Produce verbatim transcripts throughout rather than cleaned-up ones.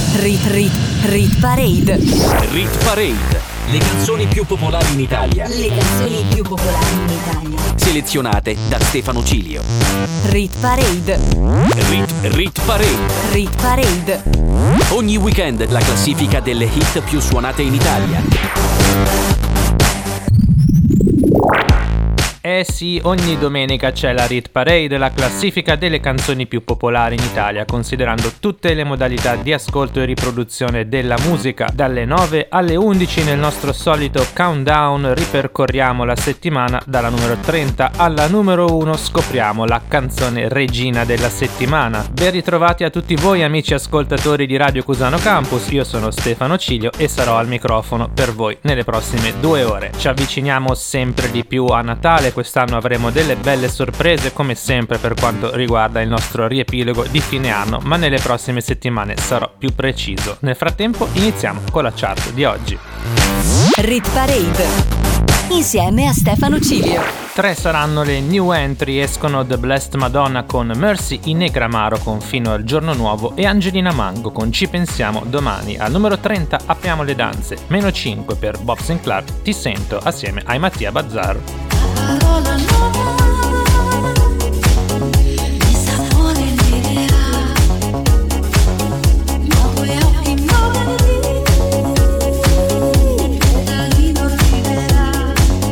Rit Rit Rit Parade. Rit Parade. Le canzoni più popolari in Italia. Le canzoni più popolari in Italia. Selezionate da Stefano Cilio. Rit Parade. Rit Rit Parade. Rit Parade. Ogni weekend la classifica delle hit più suonate in Italia. Eh sì, ogni domenica c'è la Rit Parade, la classifica delle canzoni più popolari in Italia, considerando tutte le modalità di ascolto e riproduzione della musica. Dalle nove alle undici nel nostro solito countdown ripercorriamo la settimana, dalla numero trenta alla numero uno scopriamo la canzone regina della settimana. Ben ritrovati a tutti voi amici ascoltatori di Radio Cusano Campus, io sono Stefano Cilio e sarò al microfono per voi nelle prossime due ore. Ci avviciniamo sempre di più a Natale. Quest'anno avremo delle belle sorprese come sempre per quanto riguarda il nostro riepilogo di fine anno, ma nelle prossime settimane sarò più preciso. Nel frattempo iniziamo con la chart di oggi. Rit Parade insieme a Stefano Cilio. Tre saranno le new entry, escono The Blessed Madonna con Mercy, Inegramaro con Fino al giorno nuovo e Angelina Mango con Ci pensiamo domani. Al numero trenta apriamo le danze, meno cinque per Bob Sinclair, Ti sento assieme ai Mattia Bazzar. Parola nuova, il sapore l'idea, nuovi occhi nuovi, da lì non riderà.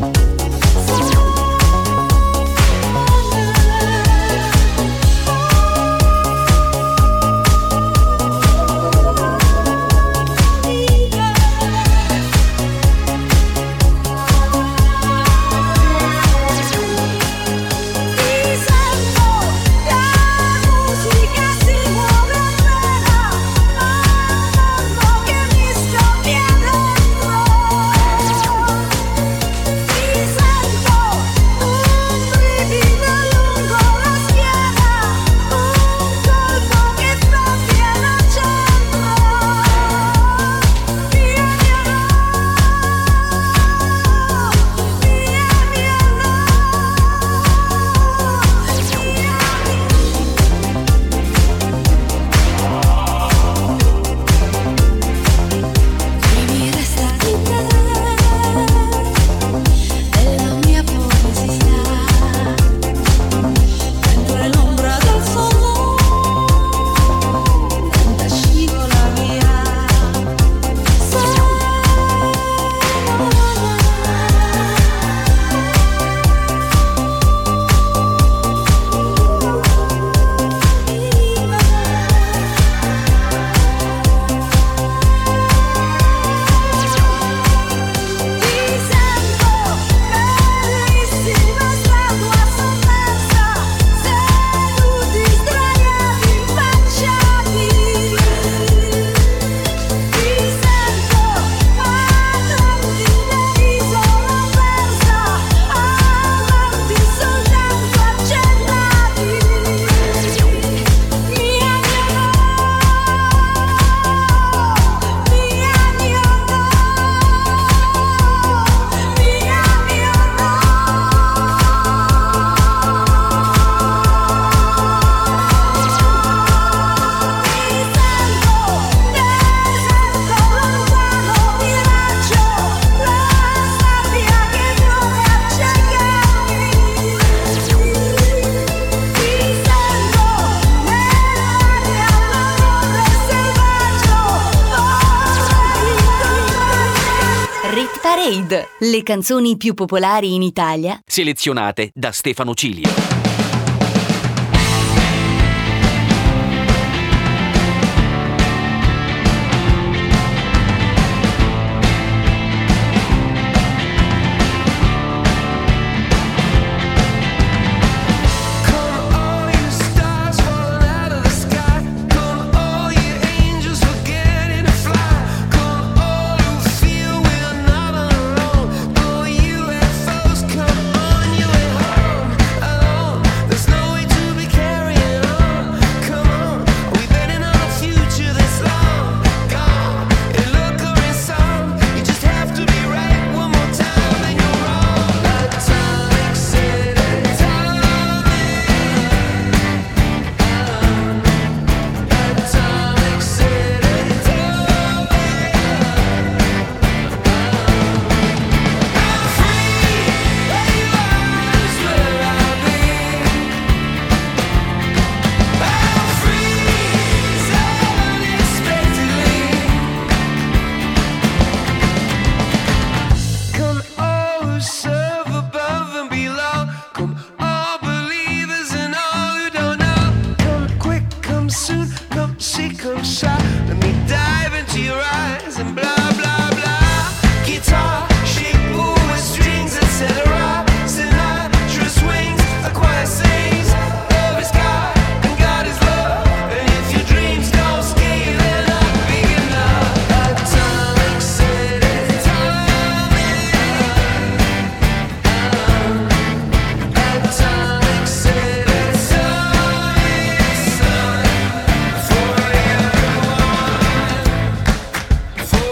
Parade, le canzoni più popolari in Italia, selezionate da Stefano Cilio. Alone. Let me dive into your eyes and blah blah blah. Guitar, shape, with strings, et cetera. Sinatra swings, a choir sings. Love is God and God is love. And if your dreams don't scale, they're not big enough. Atomic City, atomic, atomic city, atomic sun for everyone, for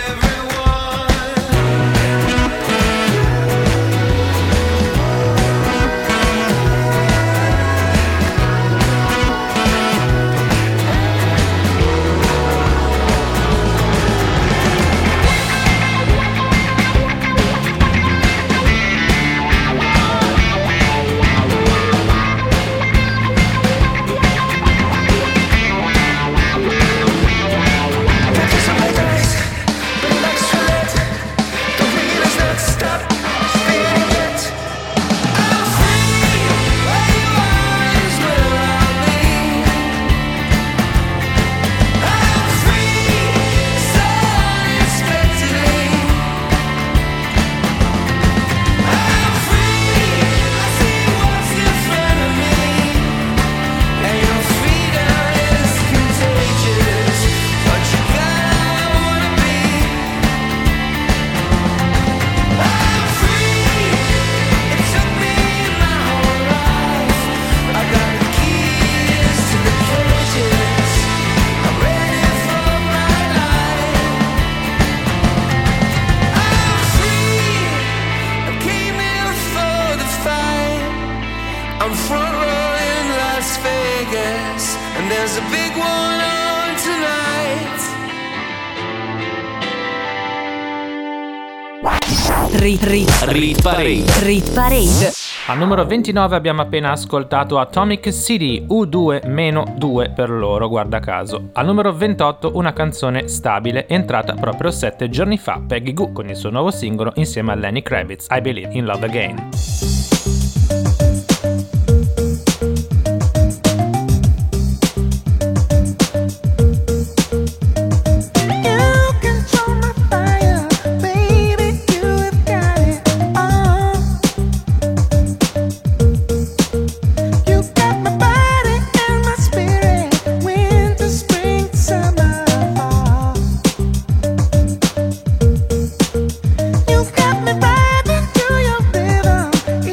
I'm front row in Las Vegas, and there's a big one on tonight. Rit, rit, Rit Parade. rit parade. Al numero ventinove abbiamo appena ascoltato Atomic City, U due meno due per loro, guarda caso. Al numero ventotto una canzone stabile, entrata proprio sette giorni fa, Peggy Gou con il suo nuovo singolo insieme a Lenny Kravitz, I Believe in Love Again. You got me vibing to your rhythm.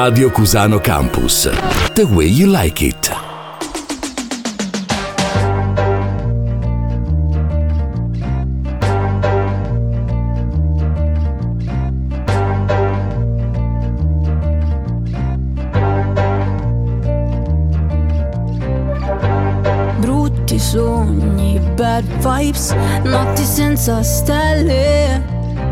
Radio Cusano Campus. The way you like it. Brutti sogni, bad vibes, notti senza stelle,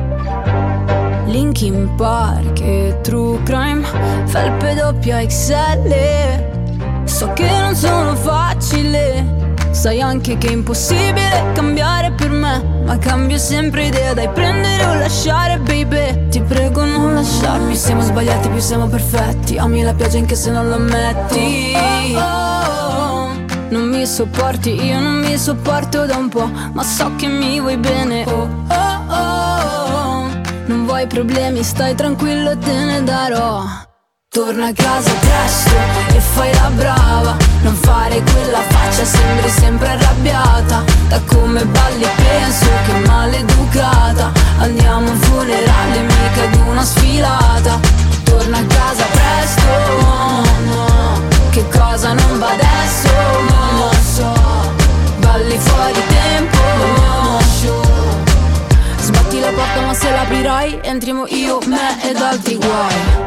Linkin Park e True Crime, felpe doppia X L. So che non sono facile, sai anche che è impossibile cambiare per me, ma cambio sempre idea, dai prendere o lasciare baby. Ti prego non lasciarmi, siamo sbagliati più siamo perfetti, ami la pioggia anche se non lo ammetti. Oh, oh, non mi sopporti, io non mi sopporto da un po', ma so che mi vuoi bene. Oh, oh, oh, non vuoi problemi, stai tranquillo, te ne darò. Torna a casa presto e fai la brava, non fare quella faccia, sembri sempre arrabbiata. Da come balli penso che maleducata, andiamo a un funerale, mica ad una sfilata. Torna a casa presto, no, no, che cosa non va adesso, non lo so. Balli fuori tempo, no, show. Sbatti la porta ma se l'aprirai, entriamo io, me ed altri guai.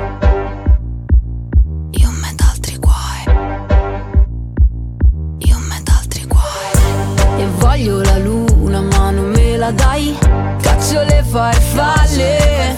Voglio la luna ma non me la dai, caccio le farfalle.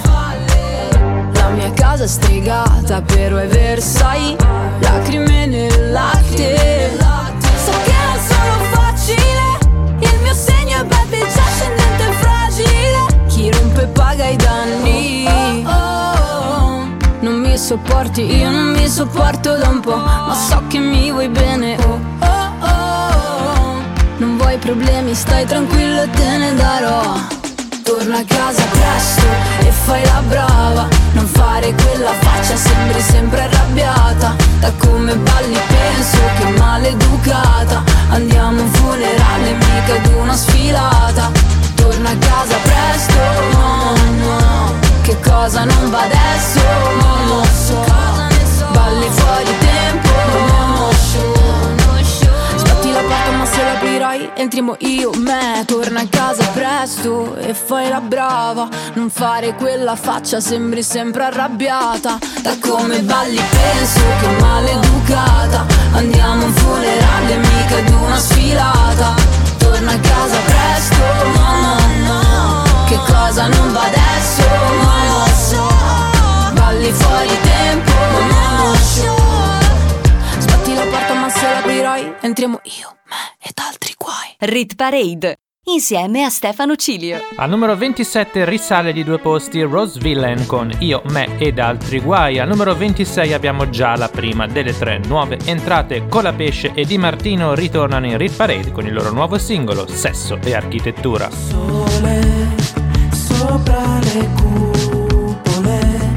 La mia casa è stregata però è Versailles, lacrime nel latte. So che non sono facile, il mio segno è baby già scendente e fragile. Chi rompe paga i danni. Oh, oh, non mi sopporti, io non mi sopporto da un po', ma so che mi vuoi bene. Oh, oh, oh, non vuoi problemi, stai tranquillo e te ne darò. Torna a casa presto e fai la brava, non fare quella faccia, sembri sempre arrabbiata. Da come balli penso che maleducata, andiamo a un funerale, mica ad una sfilata. Torna a casa presto, no, no, che cosa non va adesso, non lo so. Balli fuori tempo, no, show. Sbatti la porta ma se l'aprirai, entriamo io, me. Torna a casa presto e fai la brava, non fare quella faccia, sembri sempre arrabbiata. Da come balli penso che maleducata, andiamo a un funerale, mica ad una sfilata. Torna a casa presto, no, no, no, che cosa non va adesso, non lo so. Balli fuori tempo, no, show. Sbatti la porta ma se l'aprirai, entriamo io, me ed altri guai. Rit Parade, insieme a Stefano Cilio. Al numero ventisette risale di due posti Rose Villain con Io, me ed altri guai. Al numero ventisei abbiamo già la prima delle tre nuove entrate. Colapesce e Di Martino ritornano in Rit Parade con il loro nuovo singolo Sesso e Architettura. Sole sopra le cupole,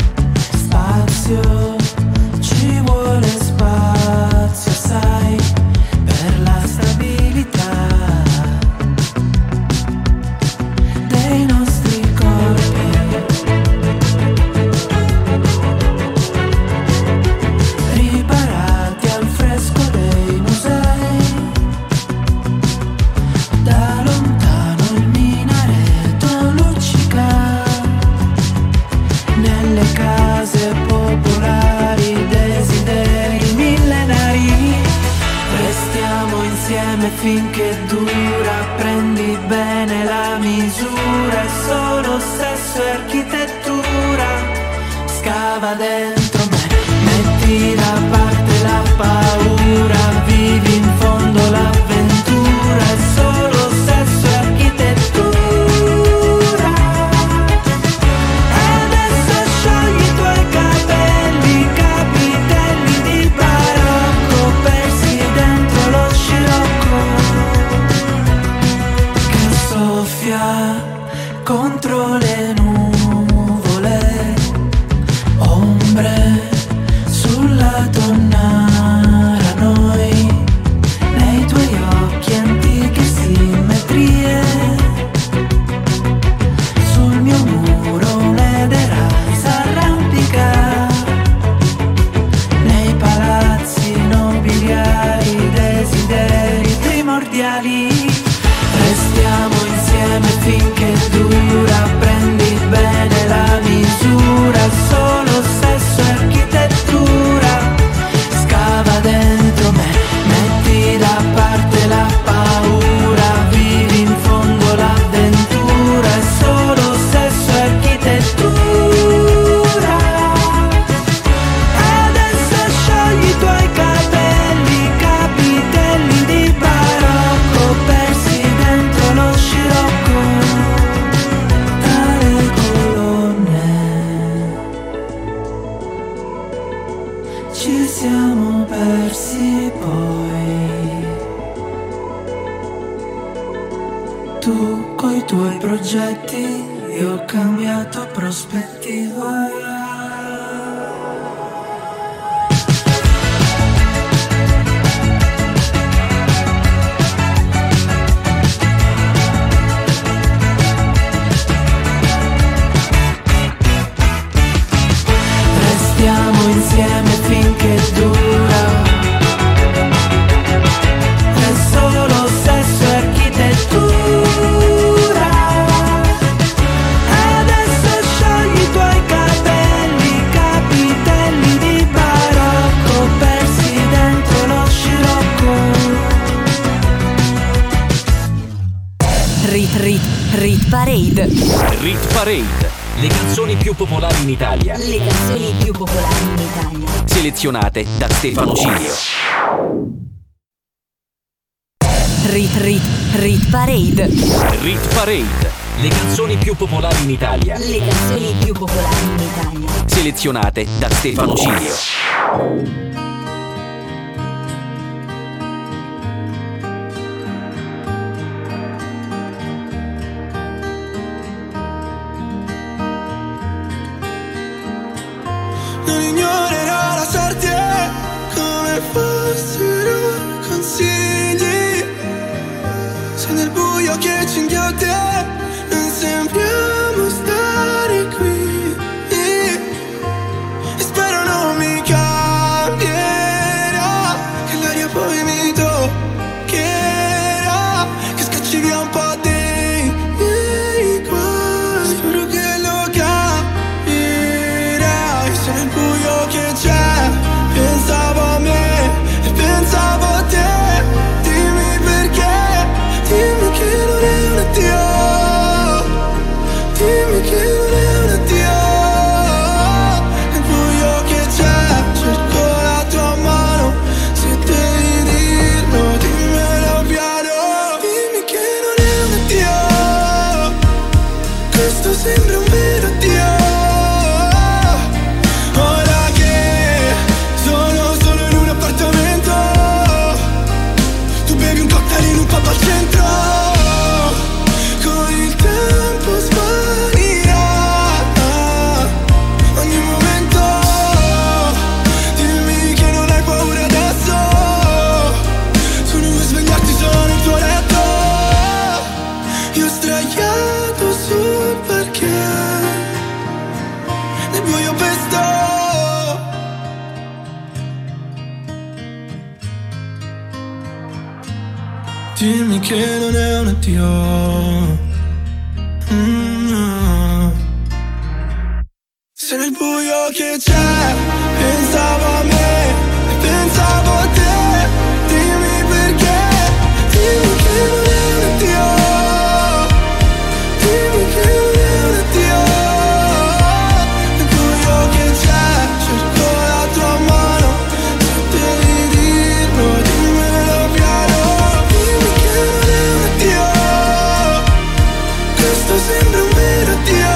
spazio, ci vuole spazio, sai, per la stabilità dei nostri corpi. Riparati al fresco dei musei, da lontano il minareto luccica, nelle case popolari desideri millenari. Restiamo insieme finché dura, prendi bene la misura, è solo sesso e architettura. Scava dentro me, metti da parte la paura, vivi in fondo l'avventura, è solo sesso e architettura. E adesso sciogli i tuoi capelli, capitelli di barocco, persi dentro lo scirocco che soffia contro le nuvole, ombre sulla tonnara, noi nei tuoi occhi antiche simmetrie, sul mio muro un'edera s'arrampica, finché dura, prendi bene la misura, solo sesso e architettura, scava dentro me, metti da parte la paura, vivi in fondo l'avventura, è solo sesso e architettura. Adesso sciogli i tuoi capelli, capitelli di barocco, persi dentro lo scirocco tra le colonne. Ci siamo persi poi, tu coi tuoi progetti, io ho cambiato prospettiva. Restiamo insieme finché dura, è solo sesso e architettura. Adesso sciogli i tuoi capelli, capitelli di barocco, persi dentro lo scirocco. Rit Rit Rit Parade. Rit Parade. Le canzoni più popolari in Italia. Le canzoni più popolari in Italia. Selezionate da Stefano Cilio. Rit Rit Rit Parade. Rit Parade. Le canzoni più popolari in Italia. Le canzoni più popolari in Italia. Selezionate da Stefano Cilio. Non ignorerò la sorte come fossero consigli. Se nel buio che ci inghiotte non sembriamo stare qui, e spero non mi cambierà, che l'aria poi mi toccherà, che scacci via un po' dei miei guai. Spero che lo capirai, se nel buio che c'è pensavo a me e pensavo a te. Dimmi perché, dimmi che non è un addio, dimmi che non è un addio. Nel buio che c'è cerco la tua mano, se devi dirlo dimmelo piano. Dimmi che non è un addio, questo sembra un vero addio. Ora che sono solo in un appartamento, tu bevi un cocktail in un pub al centro, con il tempo svanirà ogni momento. Dimmi che non hai paura adesso, tu non vuoi svegliarti solo nel tuo letto. Io sdraiato sul parquet, nel buio pesto. Dimmi che non è un addio. Mm, no. Se nel buio che c'è pensavo a me e pensavo a te. Dimmi perché, dimmi che non è un addio, dimmi che non è un addio. Nel buio che c'è cerco la tua mano, se devi dirlo dimmelo piano. Dimmi che non è un addio, questo sembra un vero addio.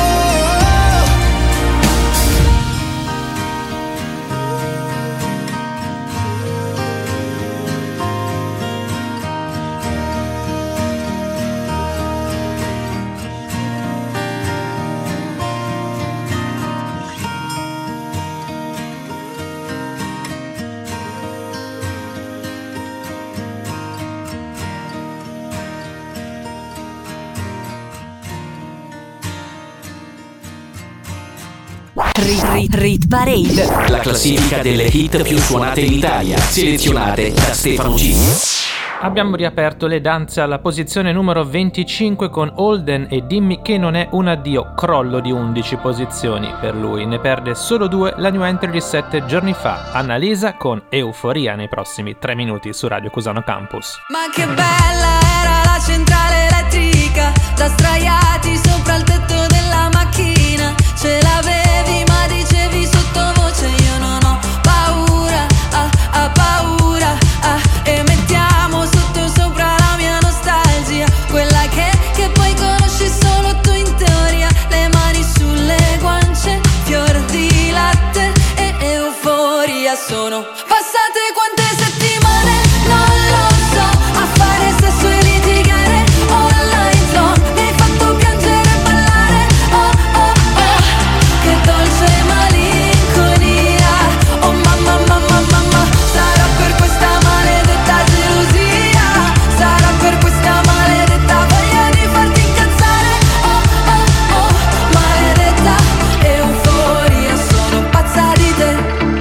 Rit Rit Rit Parade. La classifica delle hit più suonate in Italia, selezionate da Stefano Cilio. Abbiamo riaperto le danze alla posizione numero venticinque con Holden e Dimmi che non è un addio, crollo di undici posizioni per lui, ne perde solo due la new entry di sette giorni fa, Annalisa con Euforia nei prossimi tre minuti su Radio Cusano Campus. Ma che bella era la centrale elettrica, da straiati sopra il tetto della macchina, ce l'avevi ma dicevi sottovoce io non ho paura, ah, ah paura, ah, e mettiamo sotto sopra la mia nostalgia, quella che, che poi conosci solo tu in teoria, le mani sulle guance, fior di latte e euforia. Sono passate quante settimane, non lo so, a fare sesso e litigare online zone, mi hai fatto piangere e ballare, oh oh oh, che dolce malinconia, oh mamma mamma mamma, sarà per questa maledetta gelosia, sarà per questa maledetta voglia di farti incazzare, oh oh oh, maledetta euforia, sono pazza di te,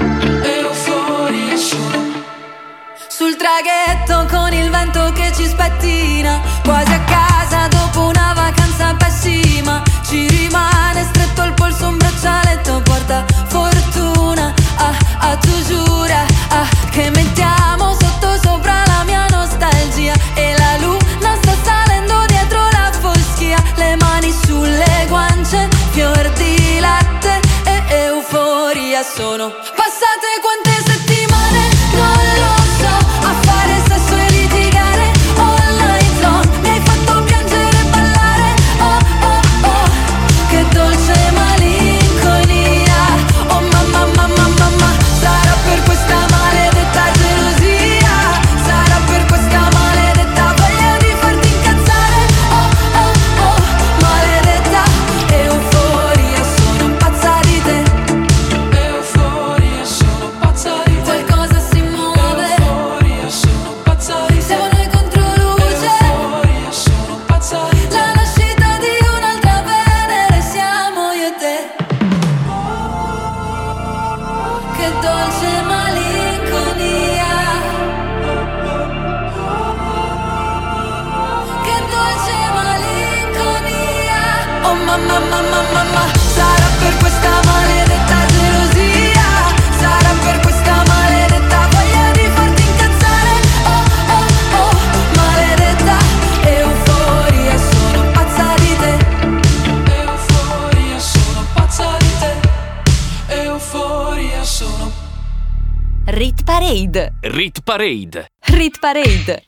euforia sono. Sul traghetto con il vento che ci spettina, quasi a casa dopo una vacanza pessima, ci rimane stretto al polso un braccialetto porta fortuna, ah ah tu giura, ah che mettiamo sotto sopra la mia nostalgia, e la luna sta salendo dietro la foschia, le mani sulle guance, fior di latte e euforia. Sono passate quante settimane, non lo so, a fare sesso e litigare online zone, mi hai fatto piangere e ballare, oh oh oh, che dolce malinconia, oh mamma mamma mamma, sarà per questa maledetta gelosia, sarà per questa maledetta voglia di farti incazzare, oh oh oh, maledetta euforia, sono pazza di te, euforia, sono pazza di te, qualcosa si muove, euforia, sono pazza di te, siamo noi contro luce, euforia, sono pazza di te, la nascita di un'altra Venere siamo io e te, che dolce malinconia, che dolce malinconia, oh mamma mamma mamma, sarà per questa maledetta gelosia, sarà per questa maledetta voglia di farti incazzare, oh oh oh, maledetta euforia, sono pazza di te, euforia, sono pazza di te, euforia, sono. Rit Parade. Rit Parade. Rit Parade.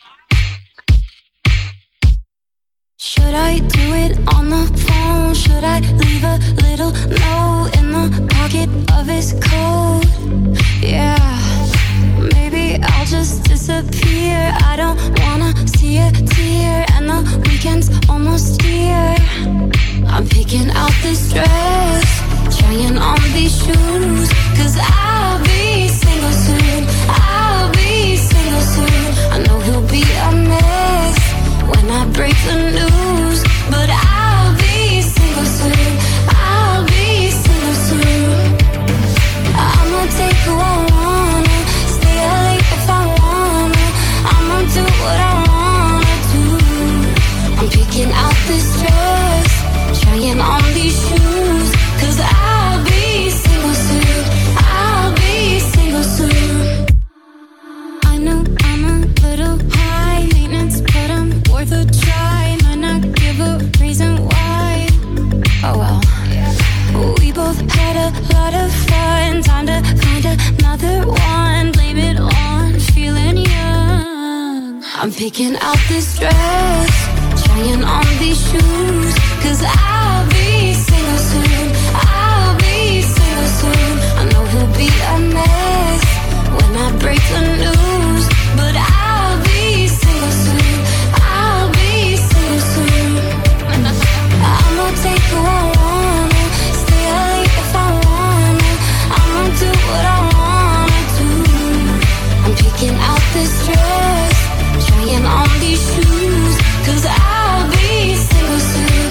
Should I do it on the phone? Should I leave a little note in the pocket of his coat? Yeah, maybe I'll just disappear. I don't wanna see a tear, and the weekend's almost here. I'm picking out this dress, trying on these shoes, cause I'll be single soon, I'll be single soon. I know he'll be a mess when I break the news, but I'll be single soon, I'll be single soon. I'ma take who I wanna, stay up late if I wanna, I'ma do what I wanna do. I'm picking out this dress, trying on these shoes, cause I'll be single soon, I'll be single soon. I know I'm a little high maintenance, but I'm worth a try. Might not give a reason why. Oh well. We both had a lot of fun. Time to find another one. Blame it on feeling young. I'm picking out this dress, trying on these shoes, cause I'll be single soon, I'll be single soon. I know he'll be a mess when I break the news, but I'll be single soon, I'll be single soon. I'ma take who I wanna, stay up late if I wanna, I'ma do what I wanna do. I'm picking out this dress, trying on these shoes, cause I'll be single soon,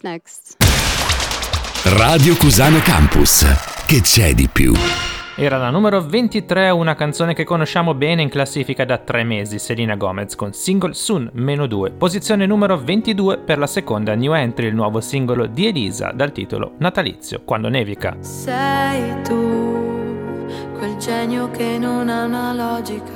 next? Radio Cusano Campus. Che c'è di più? Era la numero ventitré, una canzone che conosciamo bene in classifica da tre mesi, Selena Gomez con single Soon, meno due. Posizione numero ventidue per la seconda new entry, il nuovo singolo di Elisa dal titolo Natalizio, Quando nevica. Sei tu, quel genio che non ha una logica.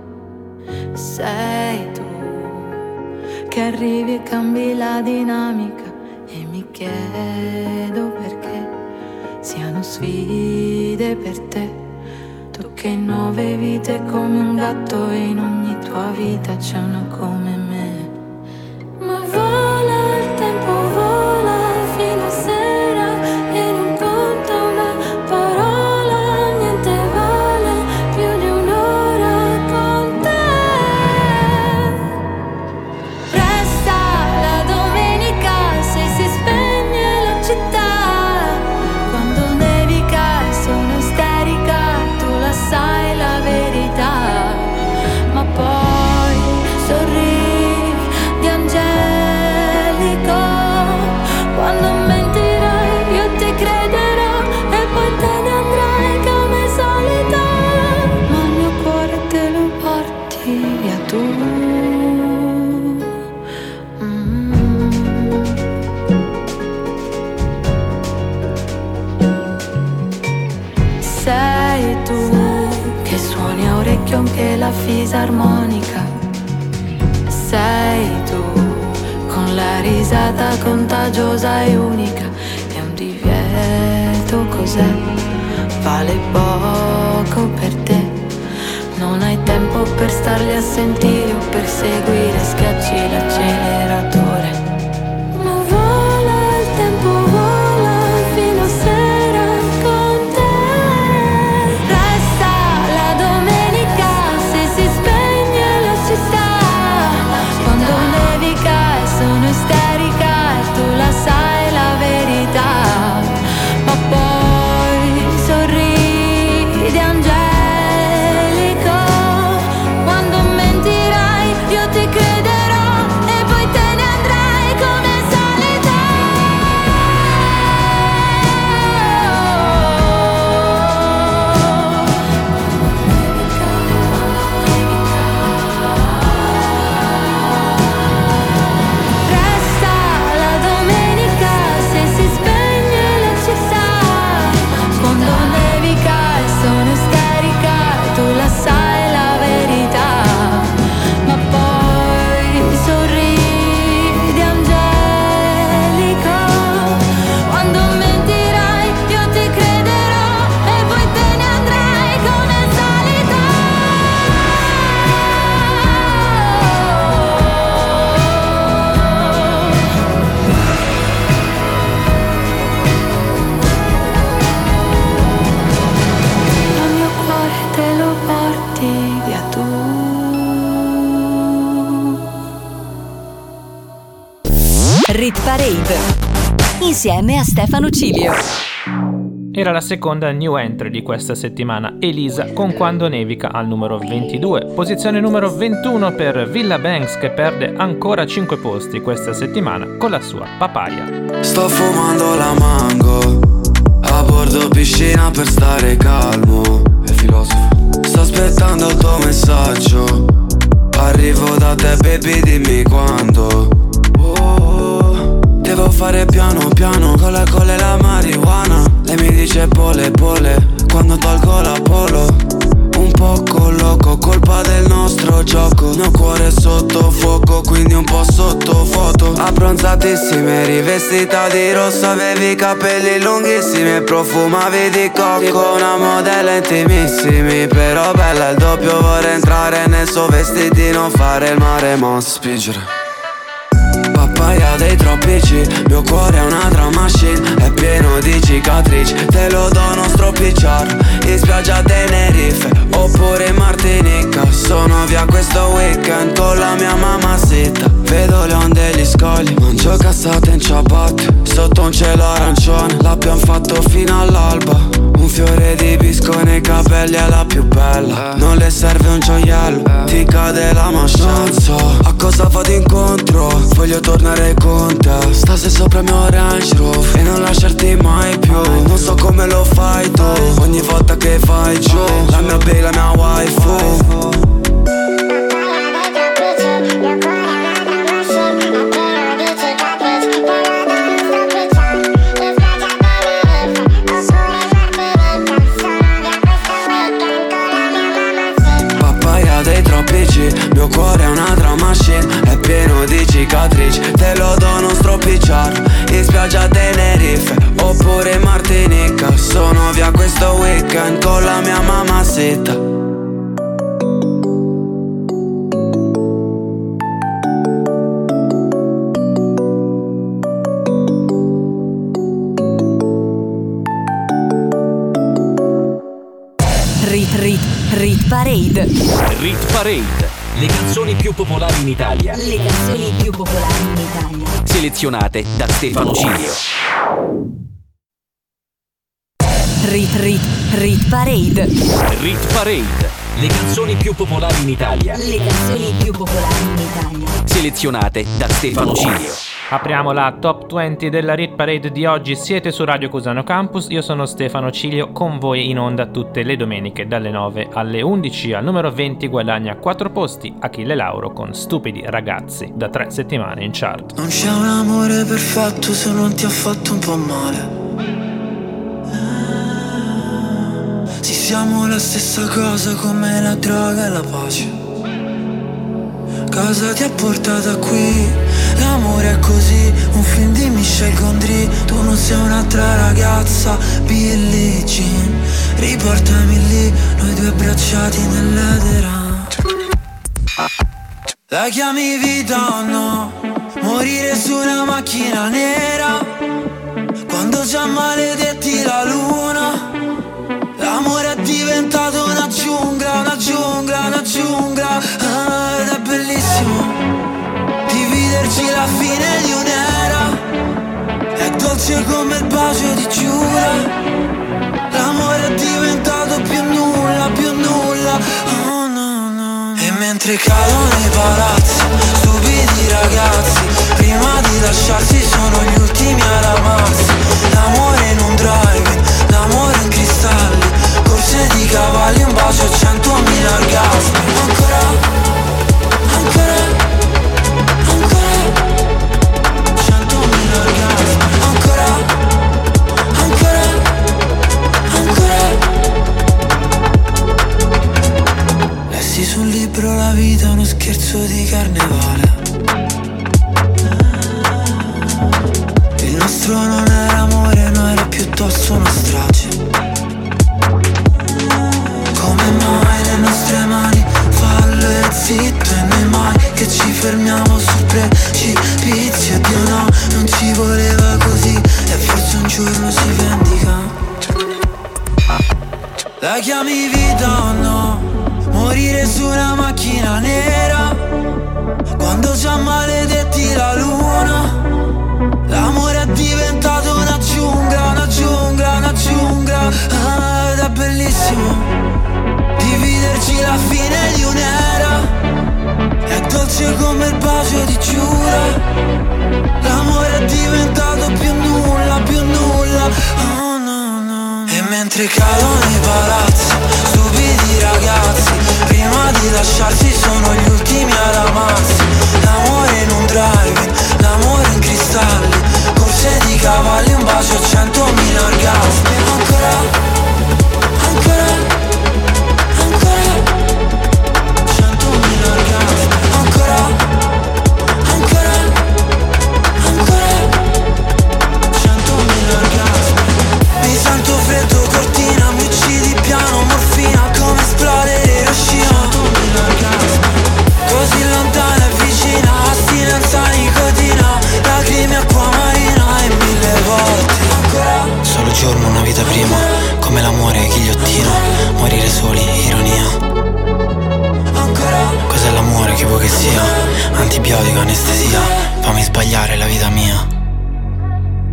Sei tu, che arrivi e cambi la dinamica. E mi chiedo perché siano sfide per te. Tu che in nove vite come un gatto e in ogni tua vita c'è una come me. Ma vola il tempo, vola fino a sera e non conta una parola, niente vale più di un'ora con te. Resta la domenica se si spegne la città. Sai la verità, ma poi sorridi di angelico. Quando mentirai io ti crederò e poi te ne andrai come solita. Ma il mio cuore te lo porti via tu. Mm. Sei tu che suoni a orecchio anche la fisarmonica. Sei tu con la risata contagiosa e unica. È un divieto, cos'è? Vale poco per te. Non hai tempo per starli a sentire o per seguire, schiacci l'acceleratore. Ma vola il tempo, vola fino a sera con te. Sono isterica e tu la sai la verità, ma poi sorridi angelico. Quando mentirai io ti crederò e poi te ne andrai come solita. Rit Parade insieme a Stefano Cilio. Era la seconda new entry di questa settimana, Elisa con Quando nevica al numero ventidue. Posizione numero ventuno per Villa Banks, che perde ancora cinque posti questa settimana con la sua Papaya. Sto fumando la mango a bordo piscina per stare calmo. È filosofo. Sto aspettando il tuo messaggio. Arrivo da te baby, dimmi quando. Oh, devo fare piano piano con la colla e la marijuana. Lei mi dice pole pole quando tolgo la polo. Un poco loco, colpa del nostro gioco. Mio cuore è sotto fuoco, quindi un po' sotto foto. Abbronzatissime, rivestita di rosso. Avevi i capelli lunghissimi e profumavi di cocco. Una modella intimissimi, però bella il doppio. Vorrei entrare nel suo vestitino, fare il mare mosso, spingere. Papaya dei troppi G, mio cuore è una drum machine, è pieno di cicatrici, te lo dono stropicciar. In spiaggia a Tenerife, oppure in Martinica. Sono via questo weekend con la mia mamacita. Vedo le onde e gli scogli, mangio cassate in ciabatte sotto un cielo arancione. L'abbiamo fatto fino all'alba, un fiore di bisco nei capelli è la più bella. Non le serve un gioiello, ti cade la mascella. Non so a cosa vado incontro, voglio tornare con te. Stasera sopra il mio Range Rover e non lasciarti mai più. Non so come lo fai tu, ogni volta che fai giù la mia baby, la mia waifu. Mio cuore è una drum machine, è pieno di cicatrici. Te lo dono stropicciato in spiaggia a Tenerife oppure Martinica. Sono via questo weekend con la mia mamacita. Rit Rit Rit Parade. Rit Parade. Le canzoni più popolari in Italia. Le canzoni più popolari in Italia. Selezionate da Stefano Cilio. Rit Rit Rit Parade. Rit Parade. Le canzoni più popolari in Italia. Le canzoni più popolari in Italia. Selezionate da Stefano Cilio. Apriamo la top venti della Rit Parade di oggi. Siete su Radio Cusano Campus, io sono Stefano Cilio, con voi in onda tutte le domeniche dalle nove alle undici. Al numero venti guadagna quattro posti Achille Lauro con Stupidi Ragazzi, da tre settimane in chart. Non c'è un amore perfetto se non ti ha fatto un po' male. Sì, siamo la stessa cosa come la droga e la pace. Cosa ti ha portato qui? L'amore è così, un film di Michel Gondry. Tu non sei un'altra ragazza, Billie Jean. Riportami lì, noi due abbracciati nell'edera. La chiami vita o no? Morire su una macchina nera quando già maledetti la luna. L'amore è diventato una giungla, una giungla, una giungla, ah, ed è bellissimo dividerci la fine di un'era. È dolce come il bacio di Giura. L'amore è diventato più nulla, più nulla, oh no no. E mentre cadono i palazzi, stupidi ragazzi, prima di lasciarsi sono gli ultimi ad amarsi. L'amore in un drive-in, l'amore in cristalli, corse di cavalli, un bacio, centomila orgasmi. Ancora, ancora, ancora, centomila orgasmi. Ancora, ancora, ancora. Lessi sul libro La vita è uno scherzo di carnevale. Il nostro non era amore, no, era piuttosto una strage. Come mai le nostre mani fallo e zitto, e noi mai che ci fermiamo sul precipizio. Dio no, non ci voleva così, e forse un giorno si vendica. La chiami vita o no? Morire su una macchina nera quando già maledetti la luna. L'amore è diventato una giungla, una giungla, una giungla, ah, ed è bellissimo dividerci la fine di un'era. È dolce come il bacio di Giura. L'amore è diventato più nulla, più nulla, oh no no. E mentre cadono i palazzi, stupidi ragazzi, prima di lasciarsi sono gli ultimi ad amarsi. L'amore in un drive-in, l'amore in cristalli, corse di cavalli, un bacio, centomila orgasmi. Ancora, ancora, ancora, centomila orgasmi. Ancora, ancora, ancora, centomila orgasmi. Mi sento freddo, cortina, mi uccidi piano, morfina, come esplodere Hiroshima. Centomila orgasmi. Così lontana e vicina, astinenza, nicotina, lacrime, acqua marina e mille volte. Ancora. Solo giorno, una vita prima, come l'amore, ghigliottina, morire soli, ironia. Ancora. Cos'è l'amore, che vuoi che sia? Antibiotico, anestesia, fammi sbagliare la vita mia.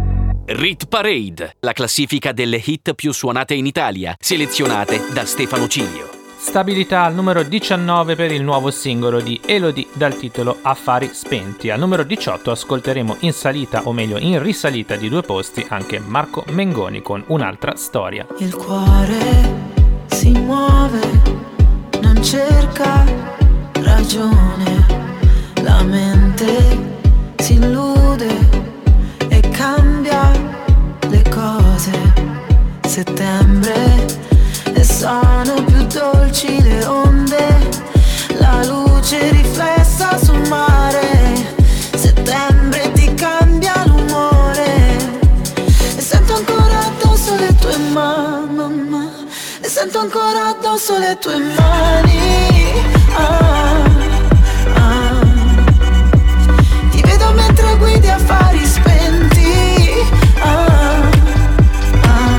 Rit Parade, la classifica delle hit più suonate in Italia, selezionate da Stefano Cilio. Stabilità al numero diciannove per il nuovo singolo di Elodie dal titolo Affari spenti. Al numero diciotto ascolteremo in salita, o meglio in risalita di due posti, anche Marco Mengoni con Un'altra storia. Il cuore si muove, non cerca ragione, la mente si illude e cambia le cose. Settembre e sono più dolci le onde, la luce riflessa sul mare. Settembre ti cambia l'umore e sento ancora addosso le tue mani, e sento ancora addosso le tue mani. Ah, ah. Ti vedo mentre guidi affari spenti. Ah, ah.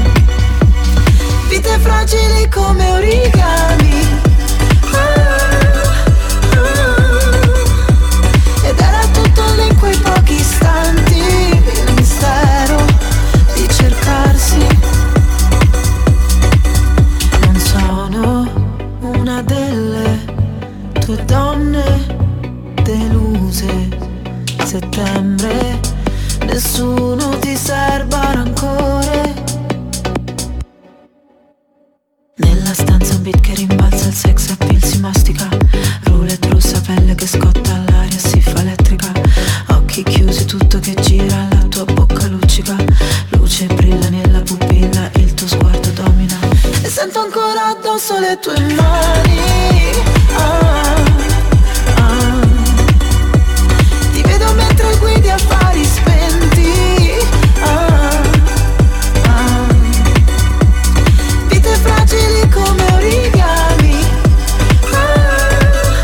Vite fragili come origami. Ah, ah. Ed era tutto lì in quei pochi istanti, il mistero di cercarsi. Non sono una delle tue donne deluse. Settembre, nessuno ti serba rancore. Nella stanza un beat che rimbalza, il sex appeal si mastica. Roulette rossa, pelle che scotta, l'aria si fa elettrica. Occhi chiusi, tutto che gira, la tua bocca luccica. Luce brilla nella pupilla, il tuo sguardo domina. E sento ancora addosso le tue mani. Ah, ah. Ti vedo mentre guidi affari spenti. Ah, ah. Vite fragili come origami. Ah,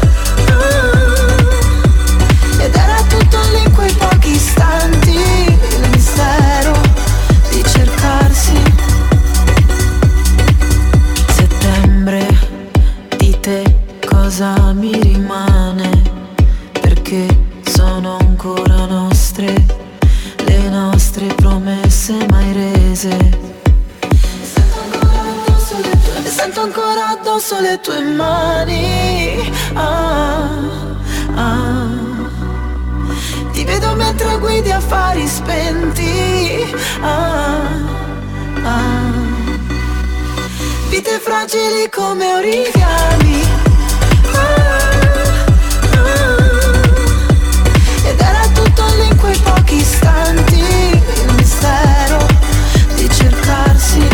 ah. Ed era tutto lì in quei pochi istanti, il mistero di cercarsi. Settembre, di te cosa mi rimane? Perché sono ancora nostre le nostre promesse mai rese. E sento ancora addosso le tue mani. Ah, ah. Ti vedo mentre guidi affari spenti. Ah, ah. Vite fragili come origami. Ah, ah. Ed era tutto lì in quei pochi istanti, il mistero di cercarsi.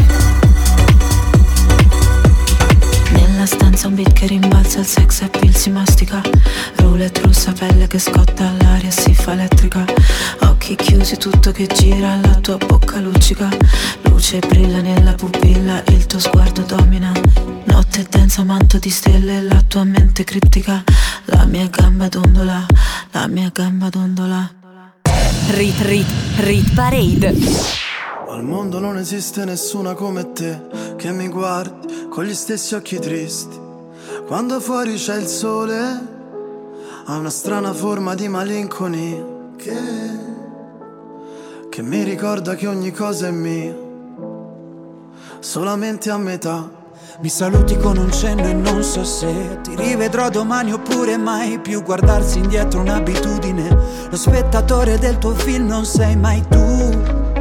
Nella stanza un beat che rimbalza, il sex appeal si mastica. Roulette rossa, pelle che scotta, l'aria si fa elettrica. Occhi chiusi, tutto che gira, la tua bocca luccica. Luce brilla nella pupilla, il tuo sguardo domina. Notte densa, manto di stelle, la tua mente criptica. La mia gamba dondola, la mia gamba dondola. Rit Rit Rit Parade. Al mondo non esiste nessuna come te, che mi guardi con gli stessi occhi tristi. Quando fuori c'è il sole, ha una strana forma di malinconia Che, che mi ricorda che ogni cosa è mia, solamente a metà. Mi saluti con un cenno e non so se ti rivedrò domani oppure mai più. Guardarsi indietro un'abitudine, lo spettatore del tuo film non sei mai tu.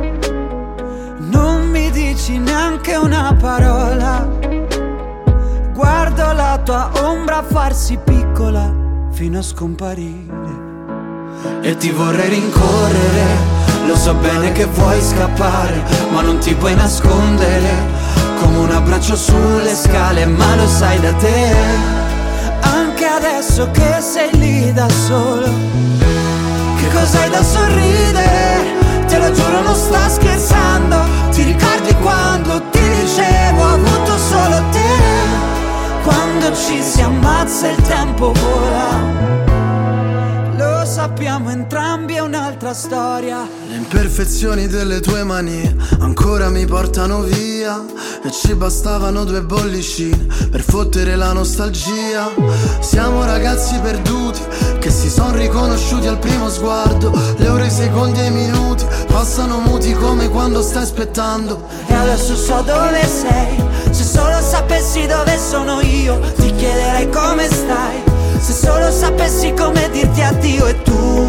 Non mi dici neanche una parola, guardo la tua ombra farsi piccola fino a scomparire. E ti vorrei rincorrere, lo so bene che vuoi scappare, ma non ti puoi nascondere. Come un abbraccio sulle scale, ma lo sai da te. Anche adesso che sei lì da solo, che cos'hai da sorridere? Te lo giuro non sto scherzando. Ti ricordi quando ti dicevo ho avuto solo te? Quando ci si ammazza il tempo vola, lo sappiamo entrambi, è un'altra nostra storia. Le imperfezioni delle tue manie ancora mi portano via, e ci bastavano due bollicine per fottere la nostalgia. Siamo ragazzi perduti che si son riconosciuti al primo sguardo. Le ore, i secondi e i minuti passano muti come quando stai aspettando. E adesso so dove sei, se solo sapessi dove sono io ti chiederei come stai. Se solo sapessi come dirti addio e tu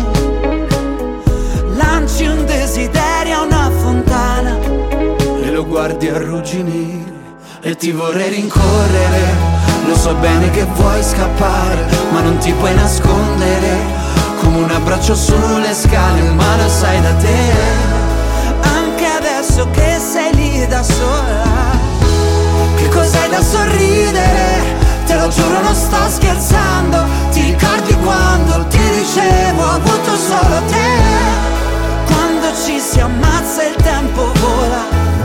lanci un desiderio a una fontana e lo guardi arrugginire e ti vorrei rincorrere. Lo so bene che vuoi scappare ma non ti puoi nascondere, come un abbraccio sulle scale, ma lo sai da te. Anche adesso che sei lì da sola, che cos'hai da sorridere? Te lo giuro non sto scherzando. Ti ricordi quando ti dicevo ho avuto solo te? Quando ci si ammazza il tempo vola,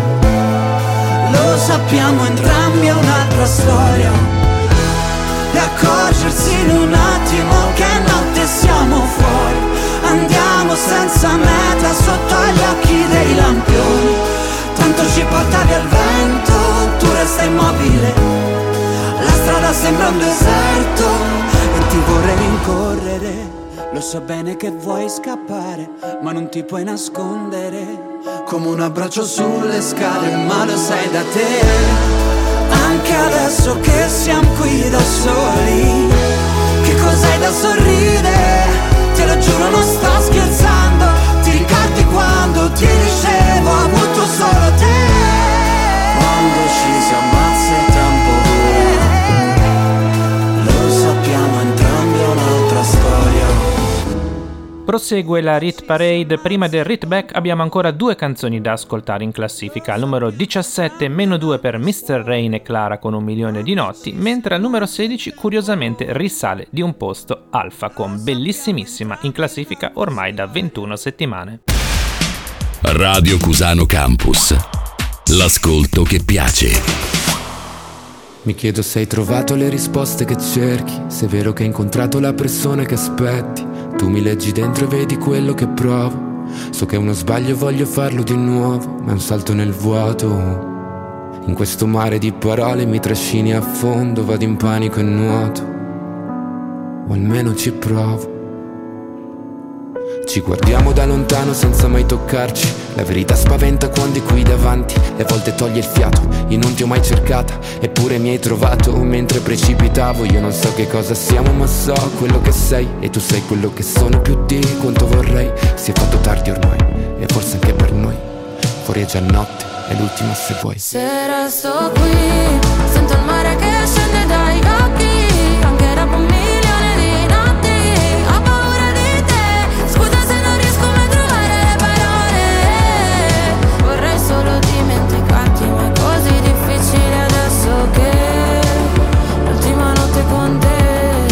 lo sappiamo entrambi è un'altra storia. E accorgersi in un attimo che notte siamo fuori, andiamo senza meta sotto gli occhi dei lampioni. Tanto ci portavi al vento, tu resta immobile. La strada sembra un deserto e ti vorrei rincorrere. Lo so bene che vuoi scappare, ma non ti puoi nascondere, come un abbraccio sulle scale, ma lo sai da te. Anche adesso che siamo qui da soli, che cos'hai da sorridere? Te lo giuro non sto scherzando. Ti ricordi quando ti dicevo ho avuto solo te? Quando ci si ammazza il tempo vola, lo sappiamo entrambi è un'altra storia. Prosegue la Hit Parade. Prima del Hit Back abbiamo ancora due canzoni da ascoltare in classifica. Al numero diciassette meno due per mister Rain e Clara con Un milione di notti, mentre al numero sedici curiosamente risale di un posto Alfa con Bellissimissima, in classifica ormai da ventuno settimane. Radio Cusano Campus, l'ascolto che piace. Mi chiedo se hai trovato le risposte che cerchi, se è vero che hai incontrato la persona che aspetti. Tu mi leggi dentro e vedi quello che provo. So che è uno sbaglio e voglio farlo di nuovo, ma è un salto nel vuoto. In questo mare di parole mi trascini a fondo, vado in panico e nuoto, o almeno ci provo. Ci guardiamo da lontano senza mai toccarci. La verità spaventa quando è qui davanti e a volte toglie il fiato. Io non ti ho mai cercata, eppure mi hai trovato mentre precipitavo. Io non so che cosa siamo ma so quello che sei, e tu sei quello che sono più di quanto vorrei. Si è fatto tardi ormai e forse anche per noi. Fuori è già notte, è l'ultima se vuoi. Se resto qui, sento il mare che scende dai occhi. Anche dopo un milione di notti ho paura di te. Scusa se non riesco mai a trovare le parole. Vorrei solo dimenticarti, ma è così difficile adesso che l'ultima notte con te.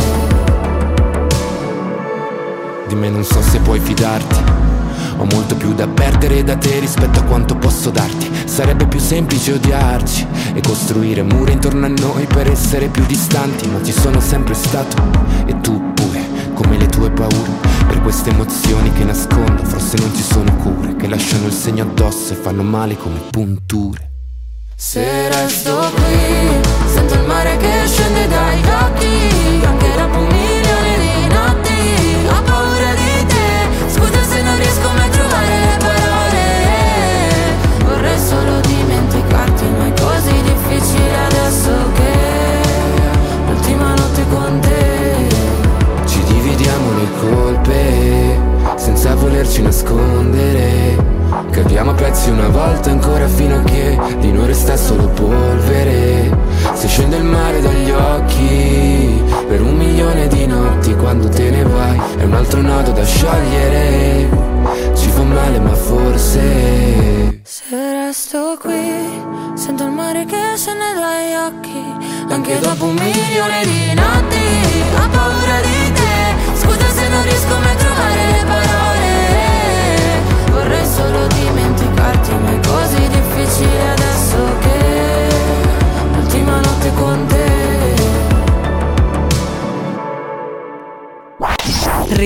Di me non so se puoi fidarti. Ho molto più da perdere da te rispetto a quanto posso darti. Sarebbe più semplice odiarci e costruire mura intorno a noi per essere più distanti, ma ci sono sempre stato, e tu pure, come le tue paure. Per queste emozioni che nascondo forse non ci sono cure, che lasciano il segno addosso e fanno male come punture. Se resto qui, sento il mare che scende dai occhi. Anche dopo un milione di notti ho paura di te. Scusa se non riesco mai a trovare le parole. Vorrei solo dimenticarti, ma è così difficile adesso che l'ultima notte con te. Ci dividiamo le colpe senza volerci nascondere. Capiamo a pezzi una volta ancora fino a che di noi resta solo polvere. Se scende il mare dagli occhi per un milione di notti, quando te ne vai è un altro nodo da sciogliere. Ci fa male ma forse se resto qui, sento il mare che scende dagli occhi. Anche dopo un milione di notti ho paura di te. Scusa se non riesco mai a trovare le parole. Vorrei solo dimenticarti, ma è così difficile adesso che l'ultima notte con te.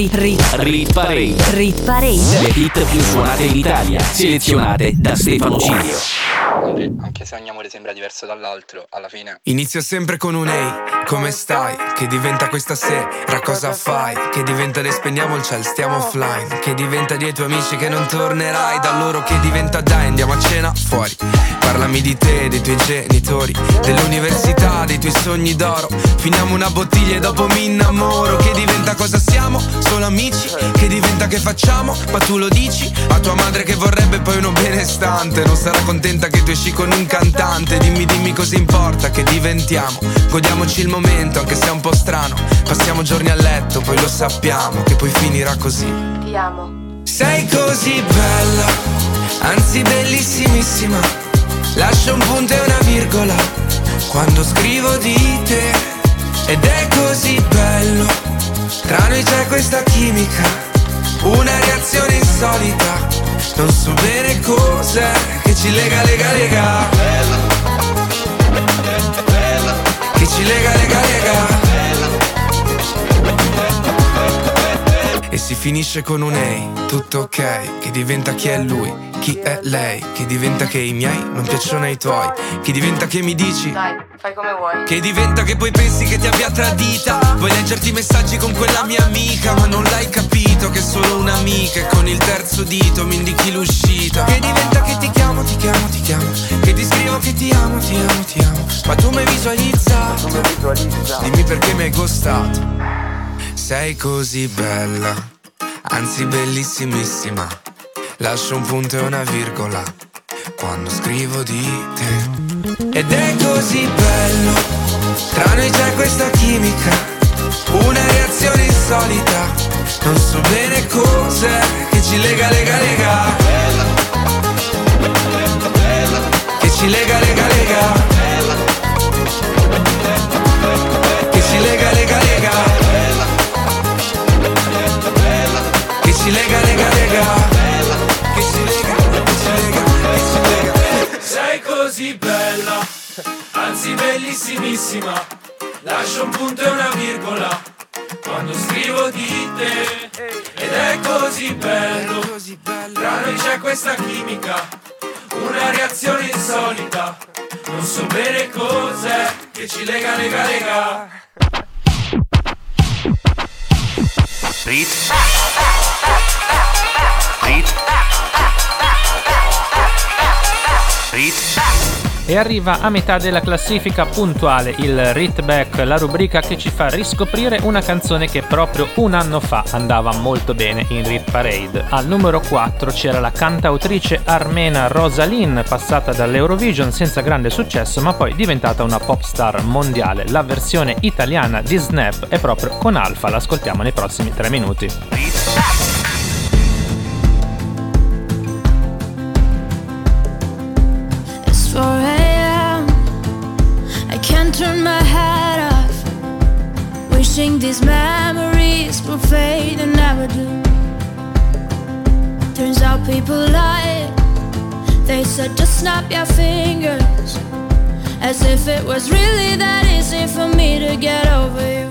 Rit, rit, Rit Parade. Rit Parade. Le hit più suonate in Italia, selezionate da Stefano Cilio. Anche se ogni amore sembra diverso dall'altro, alla fine Inizio sempre con un ehi, come stai? Che diventa questa sera, cosa fai? Che diventa de spendiamo il ciel, stiamo offline. Che diventa dei tuoi amici che non tornerai da loro. Che diventa dai, andiamo a cena fuori. Parlami di te, dei tuoi genitori, dell'università, dei tuoi sogni d'oro. Finiamo una bottiglia e dopo mi innamoro. Che diventa cosa siamo? Solo amici? Che diventa che facciamo? Ma tu lo dici? A tua madre che vorrebbe poi uno benestante. Non sarà contenta che tu esci con un cantante. Dimmi, dimmi cosa importa che diventiamo. Godiamoci il momento anche se è un po' strano. Passiamo giorni a letto, poi lo sappiamo che poi finirà così. Ti amo. Sei così bella, anzi bellissimissima. Lascio un punto e una virgola quando scrivo di te. Ed è così bello, tra noi c'è questa chimica, una reazione insolita. Non so bene cos'è che ci lega, lega, lega. Che ci lega, lega, lega. E si finisce con un ehi, tutto ok. Che diventa chi è lui, chi è lei. Che diventa che i miei non piacciono ai tuoi. Che diventa che mi dici Dai, fai come vuoi. che diventa che poi pensi che ti abbia tradita. Vuoi leggerti i messaggi con quella mia amica, ma non l'hai capito che è solo un'amica. E con il terzo dito mi indichi l'uscita. Che diventa che ti chiamo, ti chiamo, ti chiamo. Che ti scrivo che ti amo, ti amo, ti amo. Ma tu mi hai visualizzato. Dimmi perché mi hai ghostato. Sei così bella, anzi bellissimissima. Lascio un punto e una virgola quando scrivo di te. Ed è così bello, tra noi c'è questa chimica, una reazione insolita. Non so bene cos'è che ci lega, lega, lega. Che ci lega, lega, lega. Che ci lega, lega, lega. Che ci lega, lega, lega. Che ci lega, che ci lega, che ci lega. Sei così bella, anzi bellissimissima. Lascio un punto e una virgola quando scrivo di te. Ed è così bello, tra noi c'è questa chimica, una reazione insolita. Non so bene cos'è che ci lega, lega, lega. Rit Rit Rit. E arriva a metà della classifica puntuale il Rit Back, la rubrica che ci fa riscoprire una canzone che proprio un anno fa andava molto bene in Rit Parade. Al numero quattro c'era la cantautrice armena Rosaline, passata dall'Eurovision senza grande successo ma poi diventata una pop star mondiale. La versione italiana di Snap è proprio con Alfa, l'ascoltiamo nei prossimi tre minuti. four a.m. I can't turn my head off, wishing these memories will fade and never do. Turns out people lie. They said just snap your fingers, as if it was really that easy for me to get over you.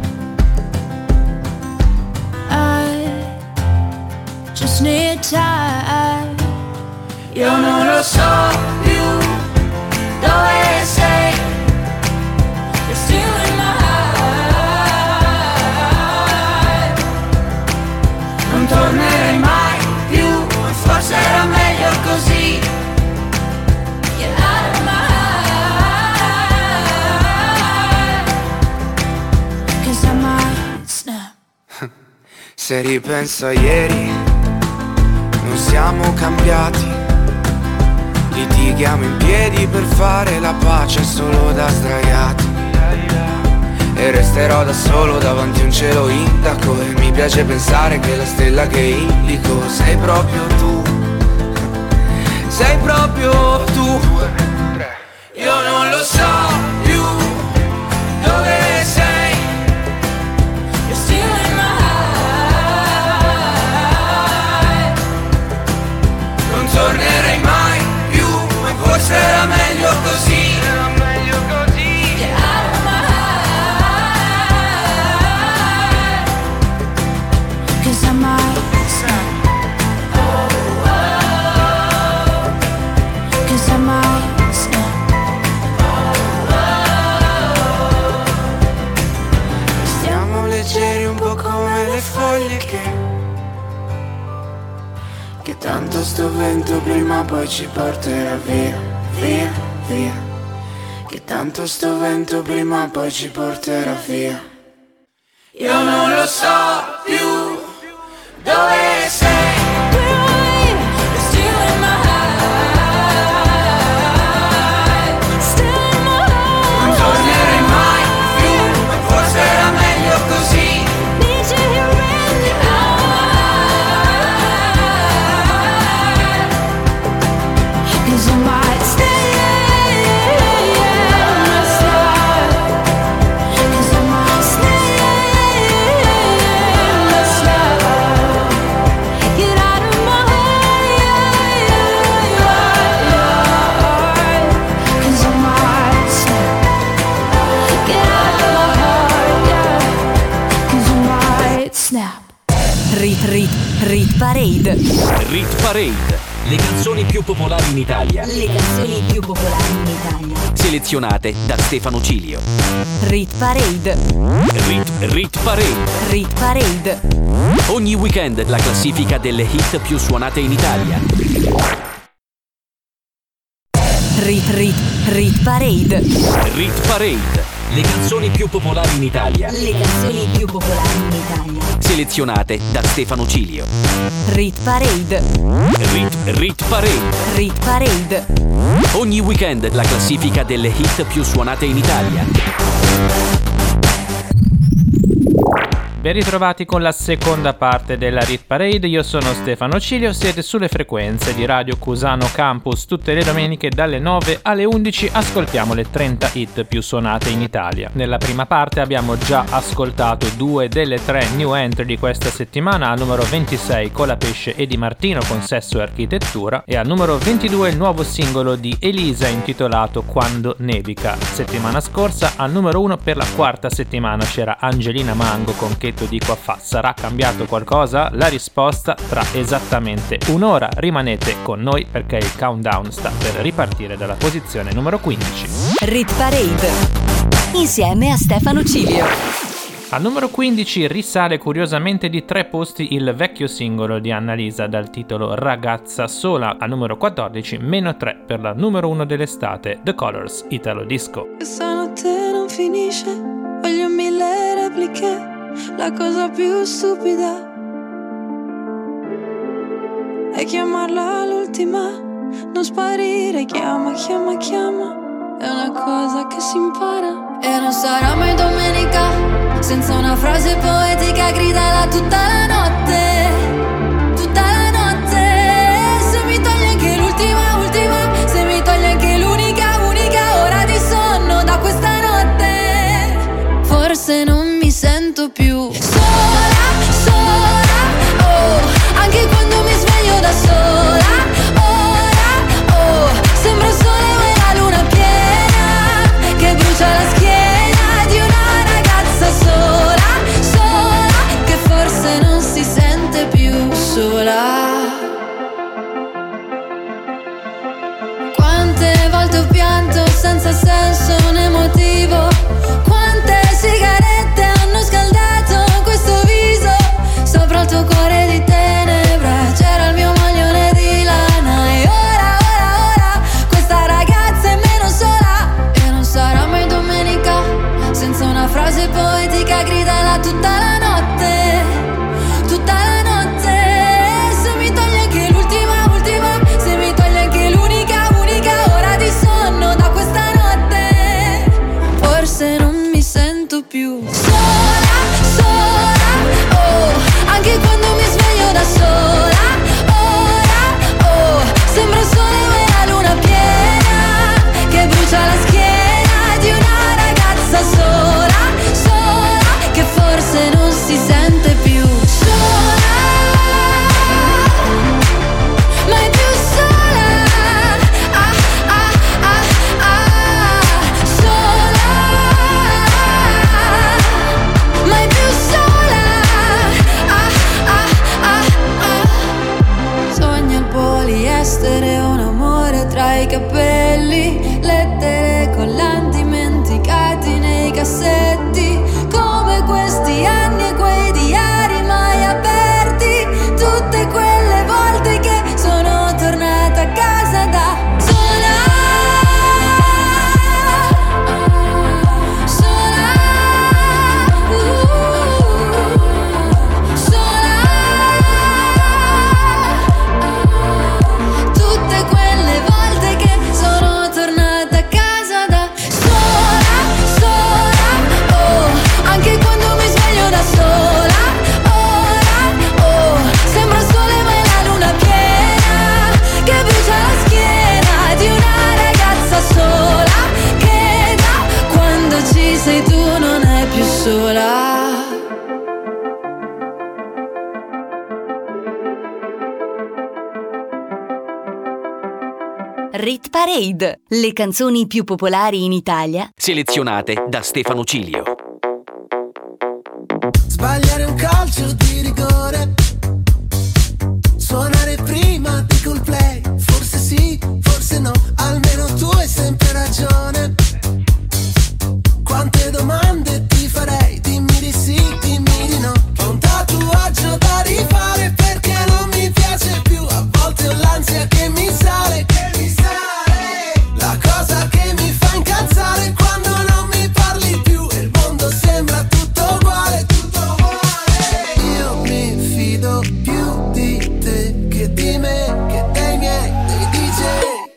I just need time. Io non lo so più dove sei, you're still in my heart. Non tornerai mai più, ma forse era meglio così. Get out of my heart, 'cause I might snap. Se ripenso a ieri, non siamo cambiati. Litighiamo in piedi per fare la pace solo da sdraiati. E resterò da solo davanti a un cielo indaco. E mi piace pensare che la stella che indico sei proprio tu. Sei proprio tu. Io non lo so più dove sei. You're still in my heart. Non tornerai mai più, ma forse era meglio così. Era meglio così. Get out of my sto vento prima o poi ci porterà via, via, via. Che tanto sto vento prima o poi ci porterà via. Io non lo so più dove sei. Rit Rit Rit Parade. Rit Parade, le canzoni più popolari in Italia. Le canzoni più popolari in Italia. Selezionate da Stefano Cilio. Rit Parade. Rit Rit Parade. Rit Parade. Ogni weekend la classifica delle hit più suonate in Italia. Rit Rit Rit Parade. Rit Parade, le canzoni più popolari in Italia. Le canzoni più popolari in Italia. Selezionate da Stefano Cilio. Rit Parade. Rit Rit Parade. Rit Parade. Ogni weekend la classifica delle hit più suonate in Italia. Ben ritrovati con la seconda parte della Rit Parade, io sono Stefano Cilio, siete sulle frequenze di Radio Cusano Campus, tutte le domeniche dalle nove alle undici ascoltiamo le trenta hit più suonate in Italia. Nella prima parte abbiamo già ascoltato due delle tre new entry di questa settimana, al numero ventisei Colapesce e Di Martino con Sesso e Architettura e al numero ventidue il nuovo singolo di Elisa intitolato Quando nevica. Settimana scorsa al numero uno per la quarta settimana c'era Angelina Mango con Che dico a fa. Sarà cambiato qualcosa? La risposta tra esattamente un'ora. Rimanete con noi perché il countdown sta per ripartire dalla posizione numero quindici. Rit Parade insieme a Stefano Cilio. Al numero quindici risale curiosamente di tre posti il vecchio singolo di Annalisa dal titolo Ragazza sola. Al numero quattordici meno tre per la numero uno dell'estate, The Colors, Italo Disco. Questa notte non finisce, voglio mille repliche. La cosa più stupida è chiamarla l'ultima, non sparire, chiama, chiama, chiama. È una cosa che si impara. E non sarà mai domenica senza una frase poetica, gridala tutta la notte, tutta la notte. Se mi togli anche l'ultima, ultima, se mi togli anche l'unica, unica ora di sonno da questa notte, forse non mi sento più sola, sola, oh, anche quando mi sveglio da sola, ora, oh, sembra il sole o la luna piena che brucia la schiena di una ragazza sola, sola, che forse non si sente più sola. Quante volte ho pianto senza senso né motivo, quante sigarette hanno scaldato questo viso, sopra il tuo cuore di tenebra c'era il mio maglione di lana. E ora, ora, ora questa ragazza è meno sola. E non sarà mai domenica senza una frase poetica, gridala tutta la notte, tutta la notte. Se mi togli anche l'ultima, ultima, se mi togli anche l'unica, unica ora di sonno da questa notte, forse non mi sento più sola, sola, oh, anche quando mi sveglio da sola, ora, oh, sembra il sole o la luna piena che brucia la schiena di una ragazza sola, sola, che forse non si sente più sola, mai più sola, ah, ah, ah, ah, sola, mai più sola, ah, ah, ah, ah. Sogna il poliestere, un amore tra i capelli, lettere con dimenticati nei cassetti, come questi anni e quei diari mai aperti, tutte quelle volte che sono Rit Parade, le canzoni più popolari in Italia, selezionate da Stefano Cilio. Sbagliare un calcio di rigore, suonare prima di Coldplay, forse sì, forse no, almeno tu hai sempre ragione. Quante domande ti farei, dimmi di sì, dimmi di no. Ho un tatuaggio da rifare perché non mi piace più, a volte ho l'ansia che mi sale, che mi sale. La cosa che mi fa incazzare è quando non mi parli più e il mondo sembra tutto uguale, tutto uguale. Io mi fido più di te che di me, che dei miei, dei D J.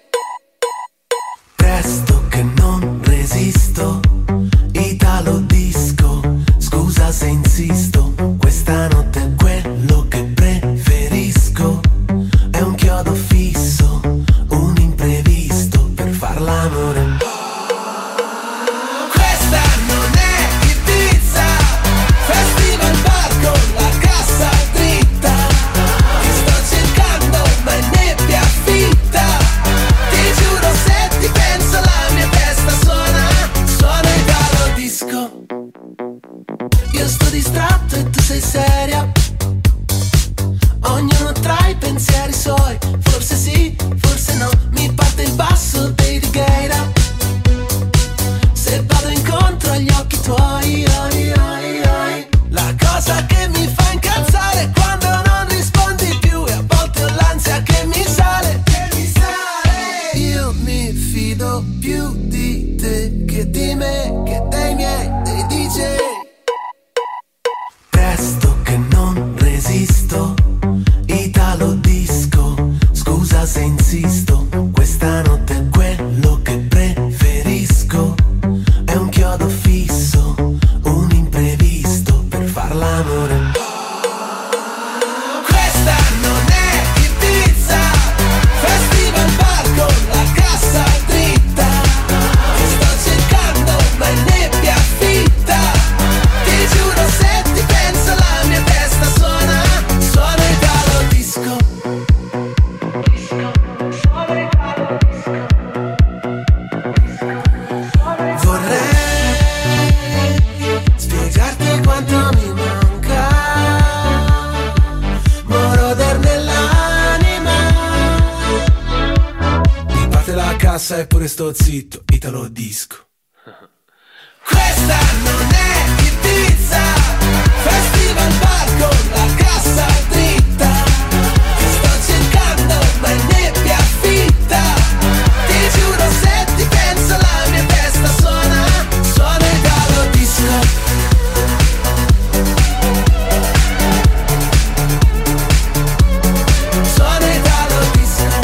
Presto che non resisto, Italo disco, scusa se insisto, questa notte è quello che preferisco, è un chiodo fisso, un imprevisto per far l'amore. Questa non è Ibiza, festival bar con la cassa dritta, ti sto cercando ma è nebbia fitta, ti giuro se ti penso la mia testa suona, suona Italo disco. Io sto distratto e tu sei seria, ognuno tra i pensieri suoi, forse sì, forse no, mi parte il basso dei Righeira, se vado incontro agli occhi tuoi, oi, oi, oi. La cosa che mi fa incazzare è quando non rispondi più e a volte ho l'ansia che mi sale, che mi sale. Io mi fido più di te che di me, che dei miei, dei D J. Presto che non resisto, Italo disco, scusa se insisto, questa notte è quello che preferisco, è un chiodo fisso, un imprevisto per far l'amore. Questa non è Ibiza, festival bar con la cassa dritta, ti sto cercando ma è nebbia fitta, ti giuro se ti penso la mia testa suona, suona Italo disco. Vorrei spiegarti quanto mi manca, moroder nell'anima. Mi parte la cassa e pure sto zitto, Italo disco. Questa non è Ibiza, festival bar con la cassa dritta, ti sto cercando ma è nebbia fitta, ti giuro se ti penso la mia testa suona, suona Italo disco. Suona Italo disco,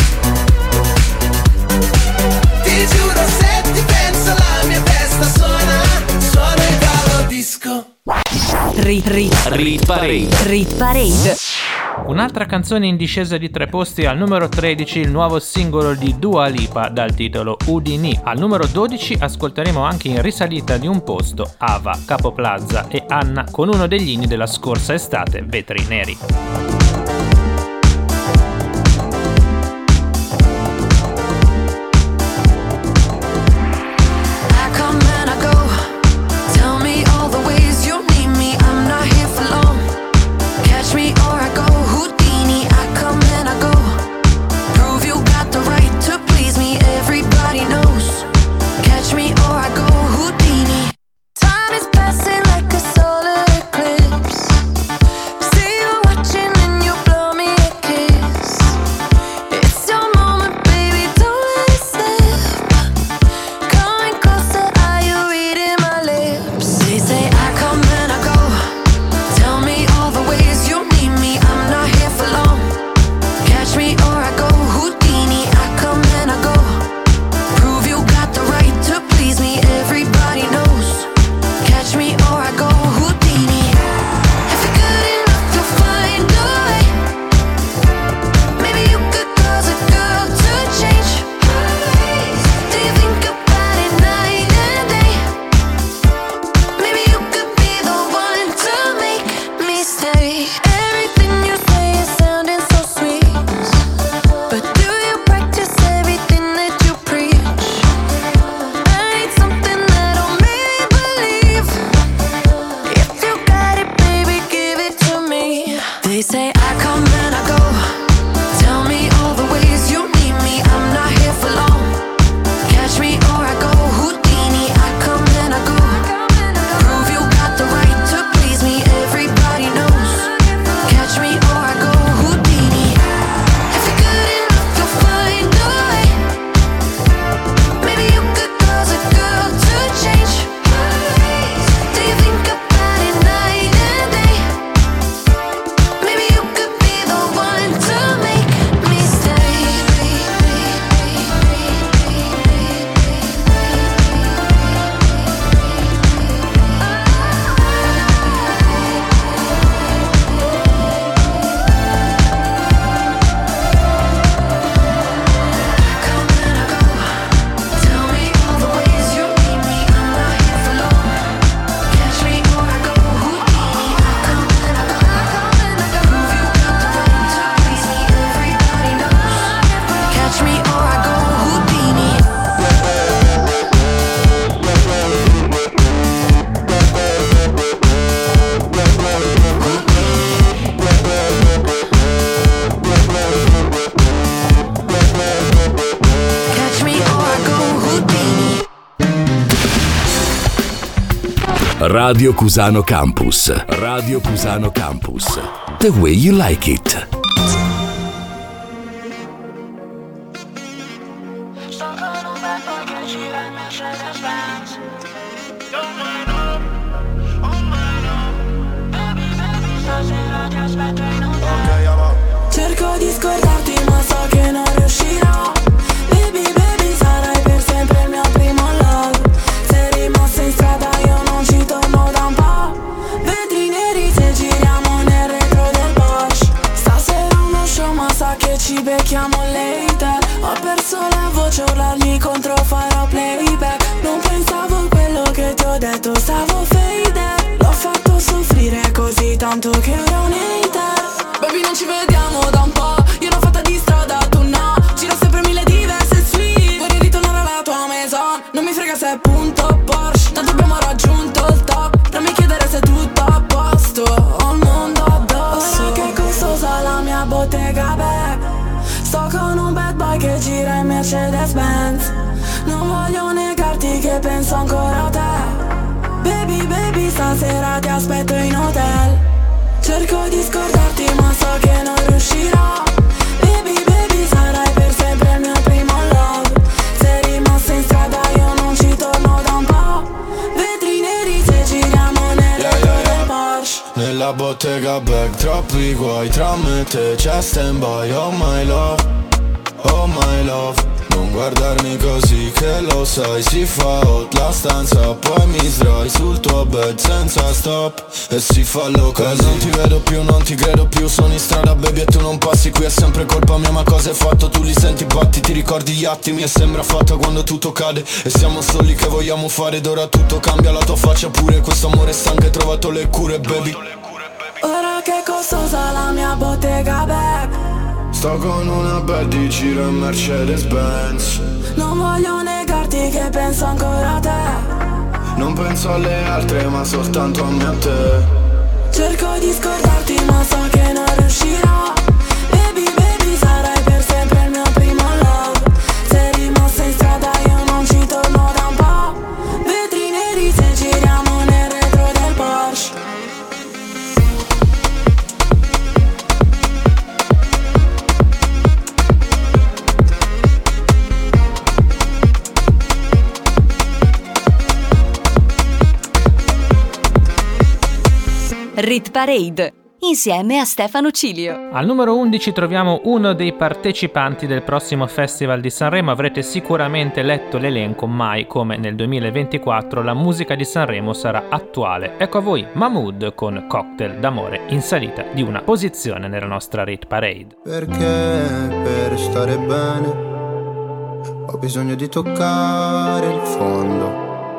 ti giuro se ti penso la mia testa suona, suona Italo disco. Rit, rit, Rit Parade. Rit Parade. Un'altra canzone in discesa di tre posti, al numero tredici il nuovo singolo di Dua Lipa dal titolo Udini. Al numero dodici ascolteremo anche in risalita di un posto Ava, Capo Plaza e Anna con uno degli inni della scorsa estate, Vetri Neri. Time is passing like a solar eclipse. See you watching in Radio Cusano Campus. Radio Cusano Campus. The way you like it. Cerco di scordarti ma so che non riuscirò. Baby, baby, sarai per sempre il mio primo love. Sei rimasto in strada, io non ci torno da un po'. Vetri neri se giriamo nel retro del Porsche. Stasera uno show ma sa che ci becchiamo later. Ho perso la voce, urlarmi contro farò playback. Non pensavo a quello che ti ho detto, stavo faded. L'ho fatto soffrire così tanto che ora un hater. Baby, non ci vediamo da un po'. Io l'ho fatta di strada, tu no. Giro sempre mille diverse suite. Vorrei ritornare alla tua maison. Non mi frega se è punto Porsche, tanto abbiamo raggiunto il top. Non mi chiedere se è tutto a posto. Ho il mondo addosso. Ora che è costosa la mia bottega bag. Sto con un bad boy che gira in Mercedes Benz. Non voglio negarti che penso ancora a te. Baby, baby, stasera ti aspetto in hotel. Cerco di scordarti ma so che non riuscirò. Baby, baby, sarai per sempre il mio primo love. Sei rimasto in strada, io non ci torno da un po'. Vetri neri se giriamo nel retro yeah, yeah, del Porsche. Nella bottega bag, troppi guai. Tra me e te c'è stand by. Oh my love, oh my love. Non guardarmi così che lo sai. Si fa hot la stanza, poi mi sdrai sul tuo bed senza stop e si fa loca. E non ti vedo più, non ti credo più. Sono in strada baby e tu non passi. Qui è sempre colpa mia ma cosa hai fatto? Tu li senti batti, ti ricordi gli attimi e sembra fatta quando tutto cade. E siamo soli, che vogliamo fare? Ed ora tutto cambia, la tua faccia pure. Questo amore stanco, hai trovato le cure baby. Ora che è costosa la mia bottega bag. Sto con una bad di giro in Mercedes Benz. Non voglio negarti che penso ancora a te. Non penso alle altre ma soltanto a me e a te. Cerco di scordarti ma so che non riuscirò. Baby, baby, sarai per sempre il mio primo love. Sei rimasto in strada, io non ci torno da un po'. Vetri neri se giriamo nel retro del Porsche. Rit Parade, insieme a Stefano Cilio. Al numero undici troviamo uno dei partecipanti del prossimo Festival di Sanremo. Avrete sicuramente letto l'elenco, mai come nel duemilaventiquattro la musica di Sanremo sarà attuale. Ecco a voi Mahmood con Cocktail d'amore, in salita di una posizione nella nostra Rit Parade. Perché per stare bene ho bisogno di toccare il fondo.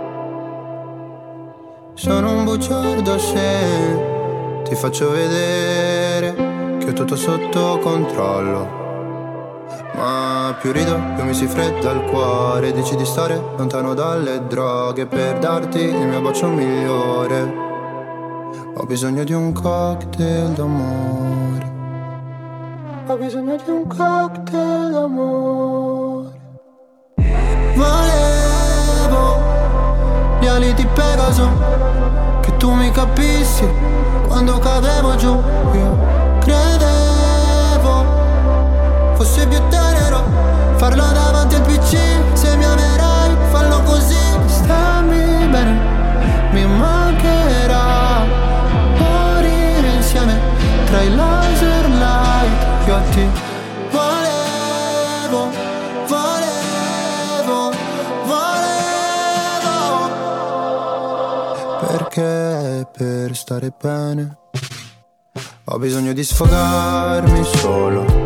Sono un bugiardo se ti faccio vedere che ho tutto sotto controllo. Ma più rido, più mi si fredda il cuore. Dici di stare lontano dalle droghe per darti il mio bacio migliore. Ho bisogno di un cocktail d'amore. Ho bisogno di un cocktail d'amore. Volevo gli ali di Pegaso, che tu mi capissi quando cadevo giù. Io credevo fosse più tenero farlo davanti al P C. Se mi amerai fallo così, stammi bene, mi mancherà morire insieme tra i laser light. Io ti volevo, volevo, volevo. Perché per stare bene ho bisogno di sfogarmi solo.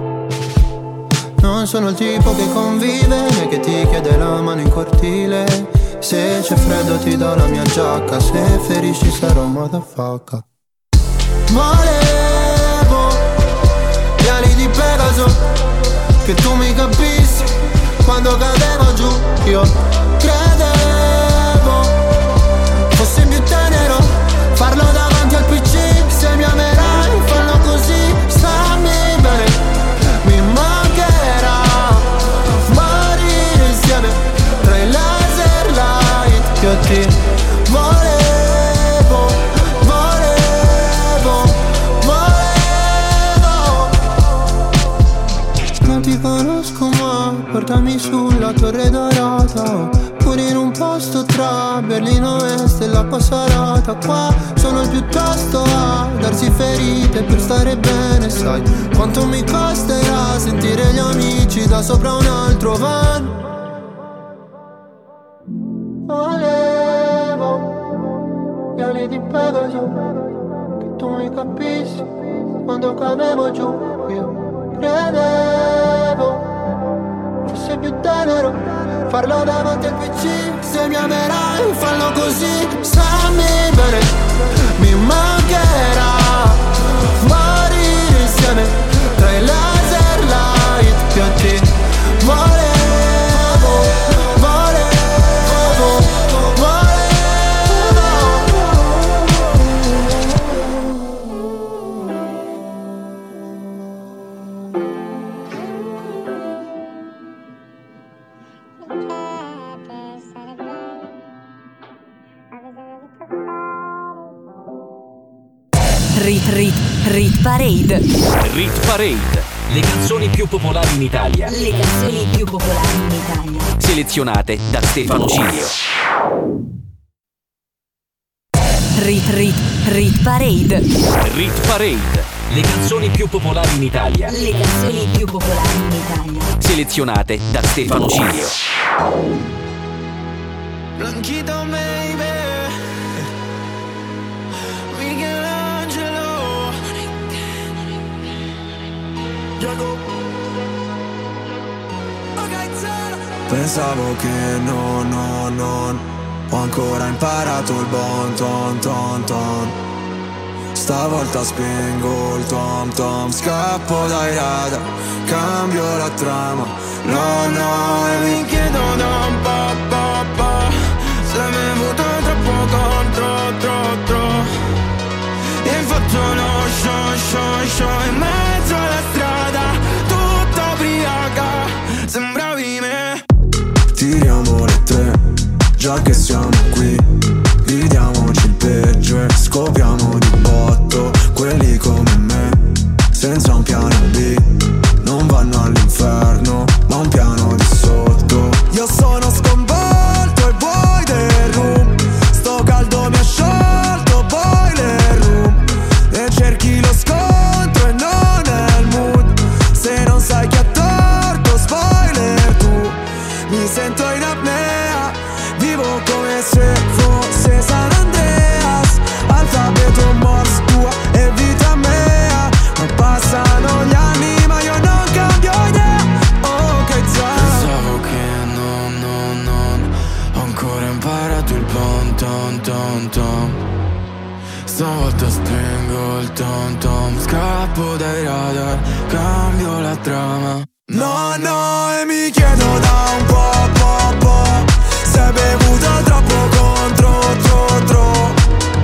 Non sono il tipo che convive né che ti chiede la mano in cortile. Se c'è freddo ti do la mia giacca, se ferisci sarò un motherfucker. Volevo gli ali di Pegaso, che tu mi capissi quando cadevo giù. Io credevo fosse più tenero farlo davanti al P C. Se mi amerai fallo così, stammi bene, mi mancherà morire insieme tra i laser light. Io ti volevo, sulla torre dorata, pure in un posto tra Berlino Est e la Passarata. Qua sono il più tosto a darsi ferite per stare bene. Sai quanto mi costerà sentire gli amici da sopra un altro van. Volevo gli ali di Pegaso, che tu mi capissi quando cadevo giù. Io credevo fosse più tenero farlo davanti al P C. Se mi amerai fallo così, stammi bene, mi mancherà morire insieme tra i laser light pianti. Volevo, volevo, Rit Rit Rit Parade. Rit Parade. Le canzoni più popolari in Italia. Le canzoni più popolari in Italia. Selezionate da Stefano Cilio. Rit Rit Rit Parade. Rit Parade. Le canzoni più popolari in Italia. Le canzoni più popolari in Italia. Selezionate da Stefano Cilio. Blanchito baby, Michelangelo, Jacob. Pensavo che no, no, non ho ancora imparato il bon ton ton ton. Stavolta spengo il tom tom, scappo dai radar, cambio la trama. No, no, e mi chiedo da un po', po', po', se mi è avuto troppo contro, tro, tro. E faccio lo show, show, show in mezzo alla strada, tutta ubriaca, sembravi me. Tiriamo le tre, già che siamo qui, vediamoci il peggio e scopriamo di botto. Quelli come me, senza un piano B, non vanno all'inferno, ma un piano di sotto. Io sono sconvolto e vuoi del room, sto caldo mi ha sciolto, boiler room. E cerchi lo scontro e non è il mood, se non sai chi ha torto, spoiler tu. Mi sento in apnea, vivo come se fosse San Andreas, alfabeto Morse tua e vita mea. Ma passano gli anni ma io non cambio idea, oh che già. Pensavo che non, non, non ho ancora imparato il bon ton ton ton. Stavolta spengo il tom tom, scappo dai radar, cambio la trama. No, no, e mi chiedo da un po', po', po', se hai bevuto troppo contro, tro, tro.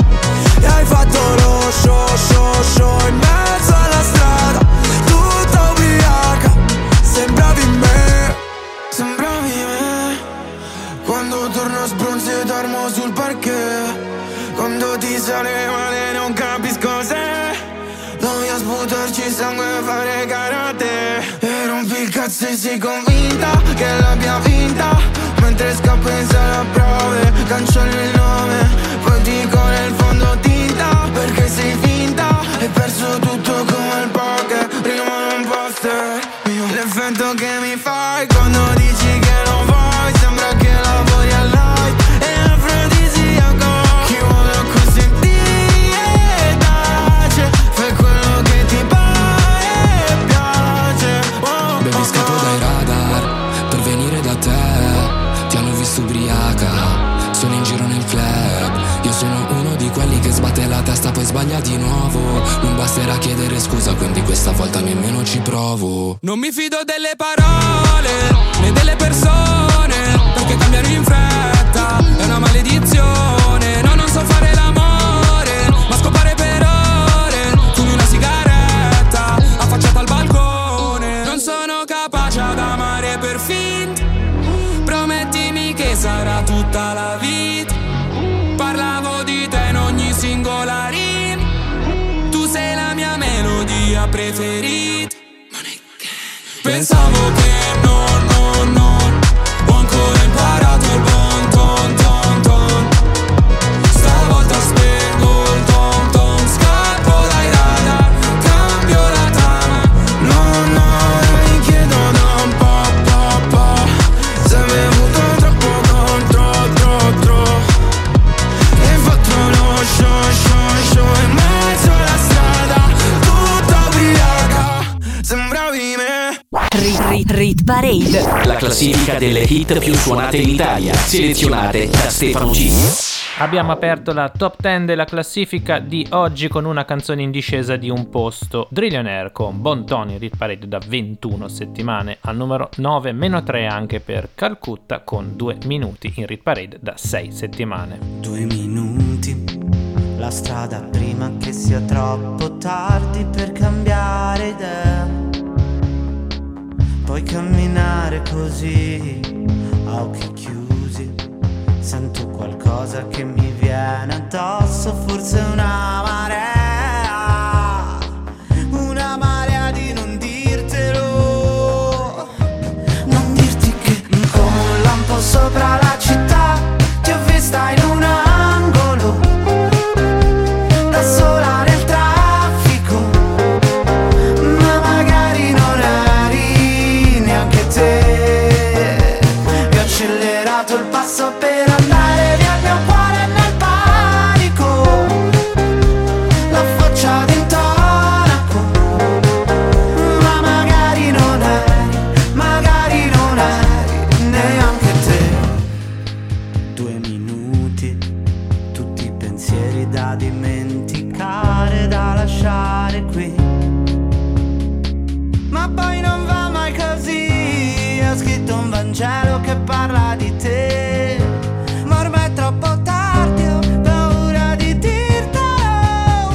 E hai fatto lo show, show, show in mezzo alla strada, tutta ubriaca, sembravi me, sembravi me. Quando torno sbronzo e dormo sul parquet, quando ti sale male non capisco se voglio sputarci sangue e fare karate. E rompi il cazzo e sei convinta che l'abbia vinta, mentre scappo in sala prove, cancello il nome, poi dico nel fondo tinta, perché sei finta. Hai perso tutto come il poker, prima un poster. L'effetto che mi fai quando dici che non vuoi, sembra che lavori al light, è afrodisiaco. Chi vuole acconsentire tace, fai quello che ti pare e piace. Oh, Baby, scappo dai radar per venire da te, ti hanno visto ubriaca, sono in giro nel club. Io sono uno di quelli che sbatte la testa poi sbaglia di nuovo. Non basterà chiedere scusa, quindi questa volta nemmeno ci provo. Non mi fido delle parole né delle persone, perché cambiano in fretta, è una maledizione. No, non so fare l'amore, ma scopare per ore, fumi una sigaretta affacciata al balcone. Non sono capace ad amare per finta, promettimi che sarà tutta la vita. Parlavo di te in ogni singola rima, tu sei la mia melodia preferita. Pensavo che no, no, no Parade, la classifica delle hit più suonate in Italia, selezionate da Stefano G. Abbiamo aperto la top dieci della classifica di oggi con una canzone in discesa di un posto. Drillionaire con Bon Ton in Hit Parade da ventuno settimane. Al numero nove, meno tre anche per Calcutta con due minuti in Hit Parade da sei settimane. Due minuti, la strada prima che sia troppo tardi per cambiare idea. Puoi camminare così, a occhi chiusi. Sento qualcosa che mi viene addosso, forse una marea, una marea di non dirtelo. Non dirti che con un lampo sopra la città ti ho vista in un angolo, da sola nel traffico, ma magari non eri neanche te. E ho accelerato il passo per andare via il mio cuore nel panico, la faccia d'intonaco, ma magari non eri, magari non eri neanche te. Due minuti, tutti i pensieri da dimenticare, da lasciare qui, ma poi non va mai così. Ho scritto un Vangelo che parla di te, ma ormai è troppo tardi, ho paura di dirtelo.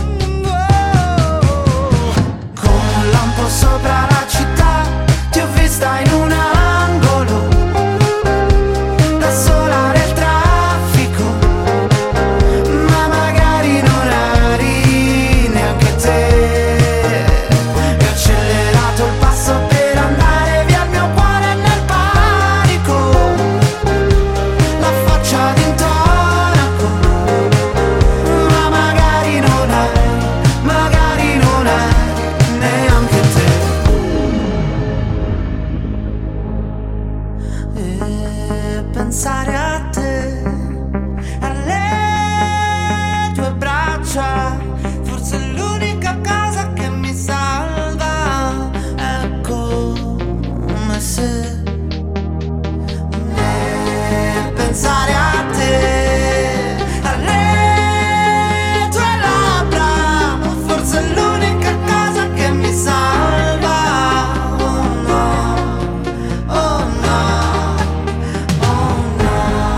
Con un lampo sopra la città ti ho vista in un angolo, da sola nel traffico, ma magari non eri neanche te. E ho accelerato il passo per andare via il mio cuore nel panico, la faccia d'intonaco, ma magari non eri, magari non eri neanche te. E pensare a te, alle tue braccia, forse è l'unica cosa che mi salva. È come se e pensare a te, alle tue labbra, forse è l'unica cosa che mi salva. Oh no, oh no, oh no.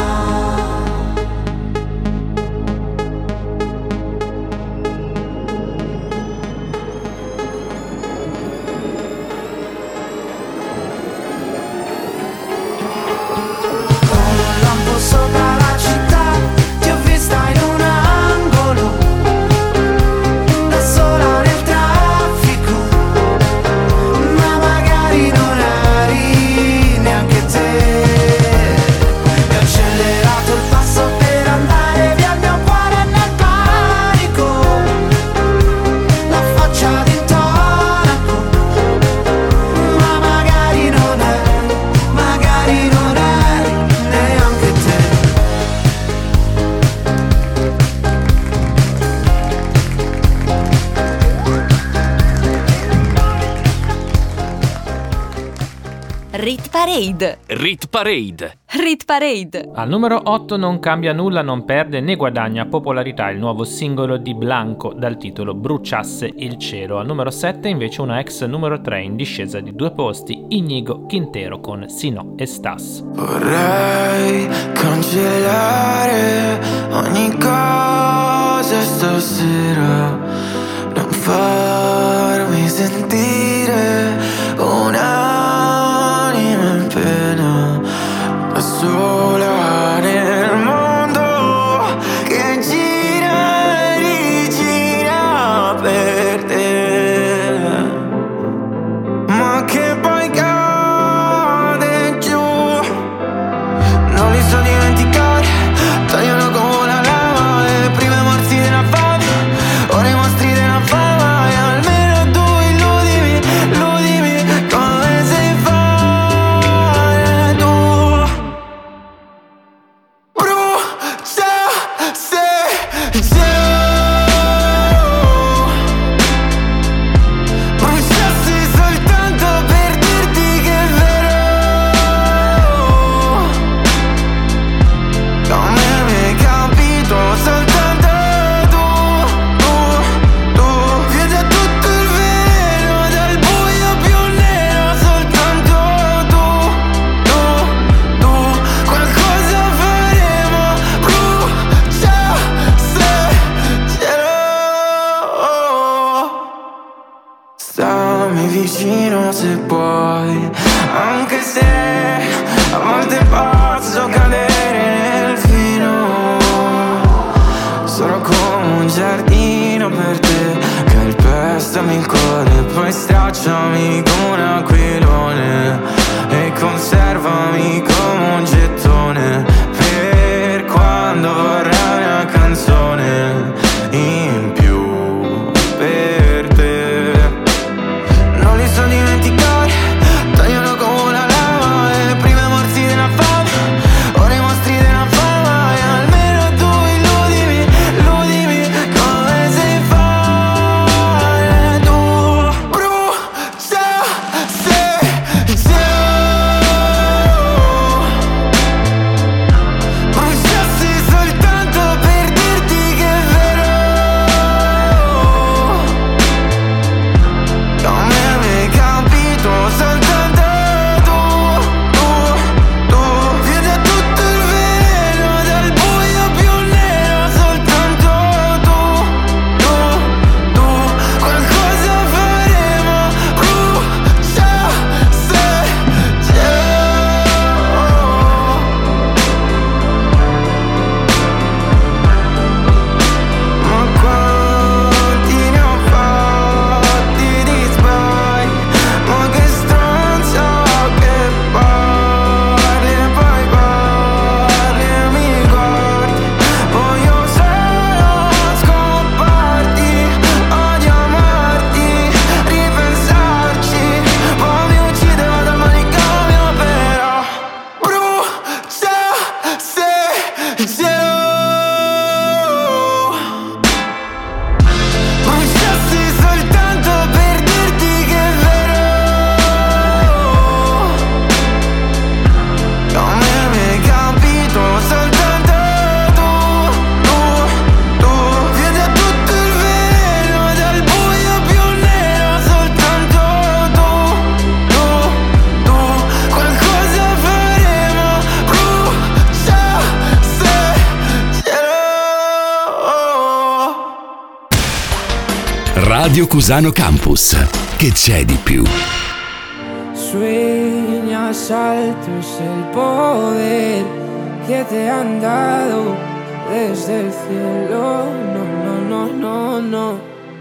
Con un lampo sopra la città ti ho vista in un angolo, da sola nel traffico, ma magari non eri neanche te. E ho accelerato il passo per andare via il mio cuore nel panico, la faccia d'intonaco, ma magari non eri, magari non eri neanche te. Hit Parade, Hit Parade. Hit Parade. Al numero otto non cambia nulla, non perde né guadagna popolarità il nuovo singolo di Blanco dal titolo Bruciasse il cielo. Al numero sette invece una ex numero tre in discesa di due posti, Íñigo Quintero con Si no estás. Vorrei cancellare ogni cosa stasera, non farmi sentire un'anima in pena, da sola nel mondo che gira e rigira per te, ma che poi cade giù. Non li so dimenticare, tagliano come una lama le prime morsi della fame, ora i mostri della fama, e almeno tu illudimi, illudimi come sai fare tu. se puoi, anche se a volte posso cadere nel fino. Sono come un giardino per te, calpestami il cuore, poi stracciami come un aquilone e conservami come un gettone per quando vorrai una canzone in più per te. Non li so dimenticare, tagliano come una lama e prima morsi della fame, ora i mostri della fama e almeno tu illudimi, illudimi come si fa. Tu brucia se cielo, bruciassi soltanto per dirti che è vero. Non mi avevi capito, soltanto tu, tu, tu. Via da tutto il veleno, dal buio più nero, soltanto tu, tu, tu. Qualcosa faremo, brucia se cielo. Ma quanti ne ho fatti di sbagli, ma che stronza che parli e poi parli e mi guardi. Voglio solo scopparti, odio amarti, ripensarci, poi mi uccide e vado al manicomio però. Brucia se cielo, bruciassi soltanto per dirti che è vero. Non mi avevi capito, soltanto tu, tu, tu. Via da tutto il veleno, dal buio più nero, soltanto tu, tu, tu. Qualcosa faremo, brucia se cielo. Radio Cusano Campus. Che c'è di più? Sueñas alto es el poder que te han dado desde el cielo. No, no, no, no, no.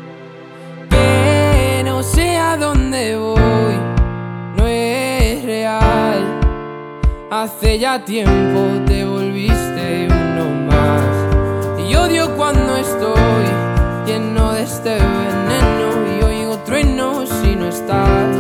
Que no sé a dónde voy, no es real. Hace ya tiempo te volviste uno más. Y odio cuando estoy lleno de este veneno y oigo truenos si no estás.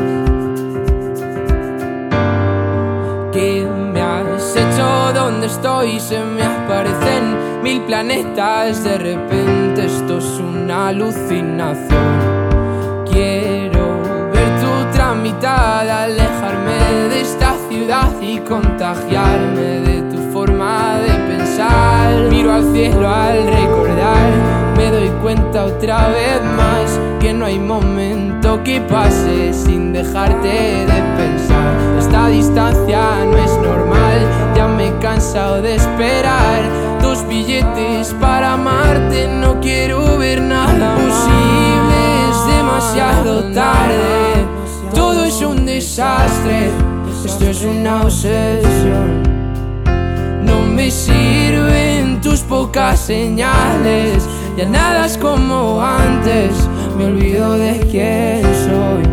¿Qué me has hecho? ¿Dónde estoy? Se me aparecen mil planetas. De repente esto es una alucinación. Quiero ver tu otra mitad, alejarme de esta ciudad y contagiarme de tu forma de pensar. Miro al cielo al recordar, me doy cuenta otra vez más que no hay momento que pase sin dejarte de pensar. Esta distancia no es normal, ya me he cansado de esperar. Dos billetes para amarte, no quiero ver nada posible, es demasiado tarde. Todo es un desastre, esto es una obsesión. No me sirven tus pocas señales, ya nada es como antes, me olvido de quién soy.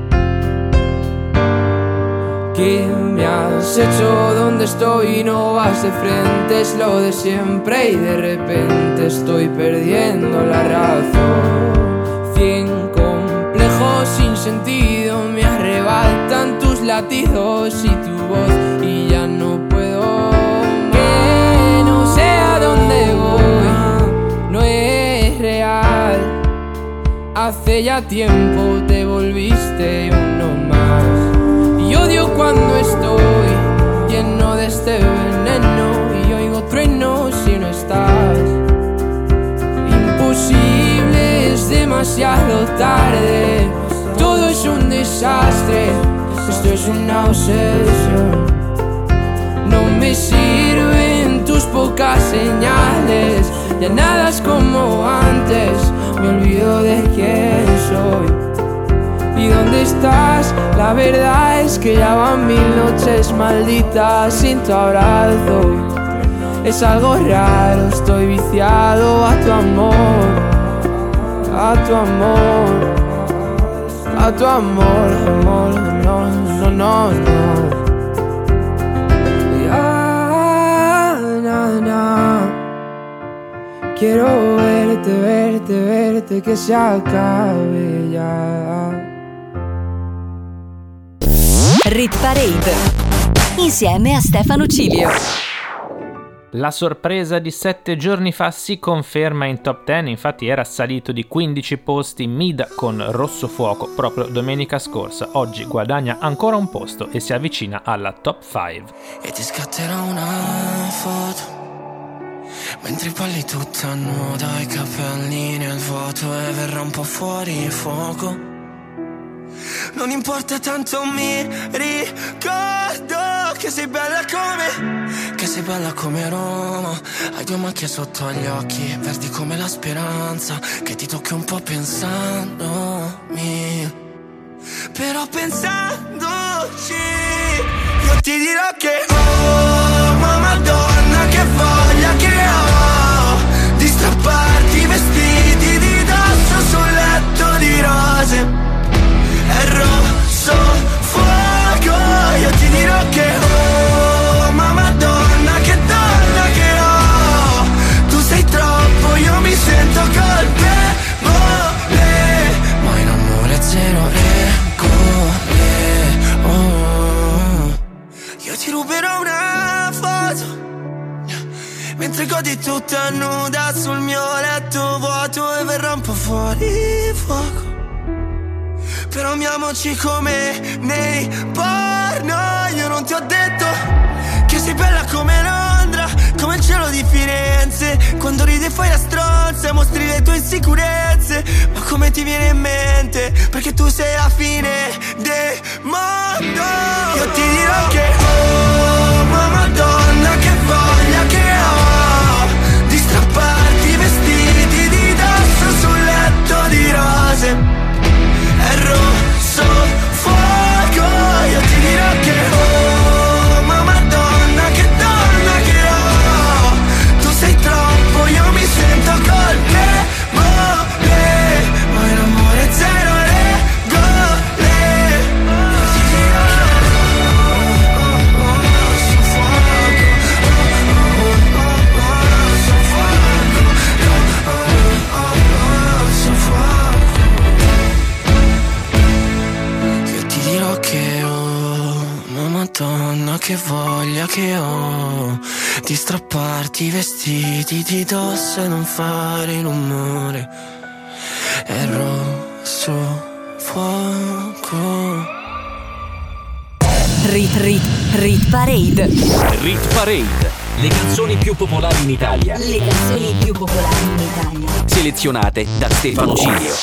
¿Qué me has hecho? ¿Dónde estoy? No vas de frente, es lo de siempre y de repente estoy perdiendo la razón. Cien complejos sin sentido me arrebatan tus latidos y tu voz y ya no puedo. Que no sé a dónde voy, no es real. Hace ya tiempo te volviste uno más. Y odio cuando estoy lleno de este veneno y oigo truenos si no estás. Imposible, es demasiado tarde. Todo es un desastre, esto es una obsesión. No me sirven tus pocas señales, ya nada es como antes, me olvido de quién soy. ¿Y dónde estás? La verdad es que ya van mil noches malditas sin tu abrazo. Es algo raro, estoy viciado a tu amor, a tu amor, a tu amor, amor, no, no, no, no. Ya, na, na. Quiero verte, verte, verte, che si acabe ya. Rit Parade insieme a Stefano Cilio. La sorpresa di sette giorni fa si conferma in top dieci, infatti era salito di quindici posti Mida con Rosso Fuoco proprio domenica scorsa. Oggi guadagna ancora un posto e si avvicina alla top cinque. E ti scatterò una foto mentre balli tutta nuda, i capelli nel vuoto e verrà un po' fuori fuoco. Non importa tanto, mi ricordo che sei bella come, che sei bella come Roma. Hai due macchie sotto agli occhi, verdi come la speranza, che ti tocchi un po' pensandomi. Però pensandoci, io ti dirò che oh, ma madonna che voglia che ho di strapparti i vestiti di dosso sul letto di rose. È rosso fuoco, io ti dirò che oh, ma madonna che donna che ho. Tu sei troppo, io mi sento colpevole, ma in amore zero regole. Oh, io ti ruberò una foto mentre godi tutta nuda sul mio letto vuoto e verrà un po' fuori fuoco. Però amiamoci come nei porno. Io non ti ho detto che sei bella come Londra, come il cielo di Firenze. Quando ridi e fai la stronza mostri le tue insicurezze. Ma come ti viene in mente? Perché tu sei la fine del mondo. Io ti dirò che oh, ma madonna che voglia che ho di strapparti i vestiti di dosso sul letto di rose. È rosso fuoco, io ti dirò che oh, ma madonna che donna che ho. Tu sei troppo, io mi sento colpevole, ma in amore zero regole. Io ti dirò che oh, oh, oh, rosso fuoco, oh, oh, oh, rosso fuoco, oh, oh, oh, rosso fuoco. Dirò che ho, ma madonna che voglia che ho di strapparti i vestiti di dosso e non fare rumore. È rosso fuoco. Rit Rit Rit Parade. Rit Parade, le canzoni più popolari in Italia. Le canzoni più popolari in Italia. Selezionate da Stefano Cilio.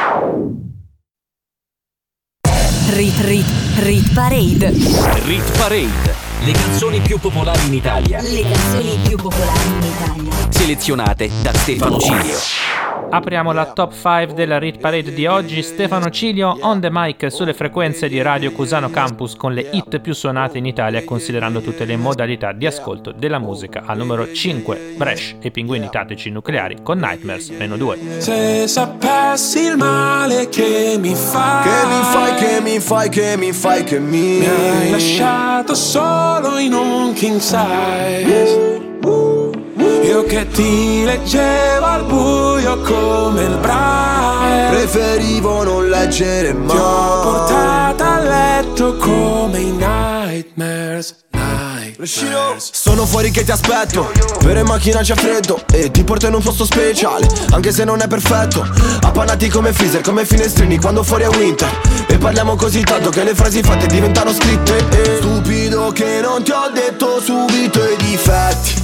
Rit Rit Rit Parade. Rit Parade, le canzoni più popolari in Italia. Le canzoni più popolari in Italia. Selezionate da Stefano Cilio. Apriamo la top cinque della Rit Parade di oggi. Stefano Cilio on the mic sulle frequenze di Radio Cusano Campus con le hit più suonate in Italia, considerando tutte le modalità di ascolto della musica. Al numero cinque Bresh e Pinguini Tattici Nucleari con Nightmares meno due. Se sapessi il male che mi fai, che mi fai, che mi fai, che mi fai, che mi, mi hai lasciato solo in un king size. Io che ti leggevo al buio come il Braille, preferivo non leggere mai. Ti ho portata a letto come i Nightmares, Nightmares. Sono fuori che ti aspetto, per in macchina c'è freddo e ti porto in un posto speciale, anche se non è perfetto. Appannati come freezer, come finestrini quando fuori è winter. E parliamo così tanto che le frasi fatte diventano scritte. E stupido che non ti ho detto subito i difetti.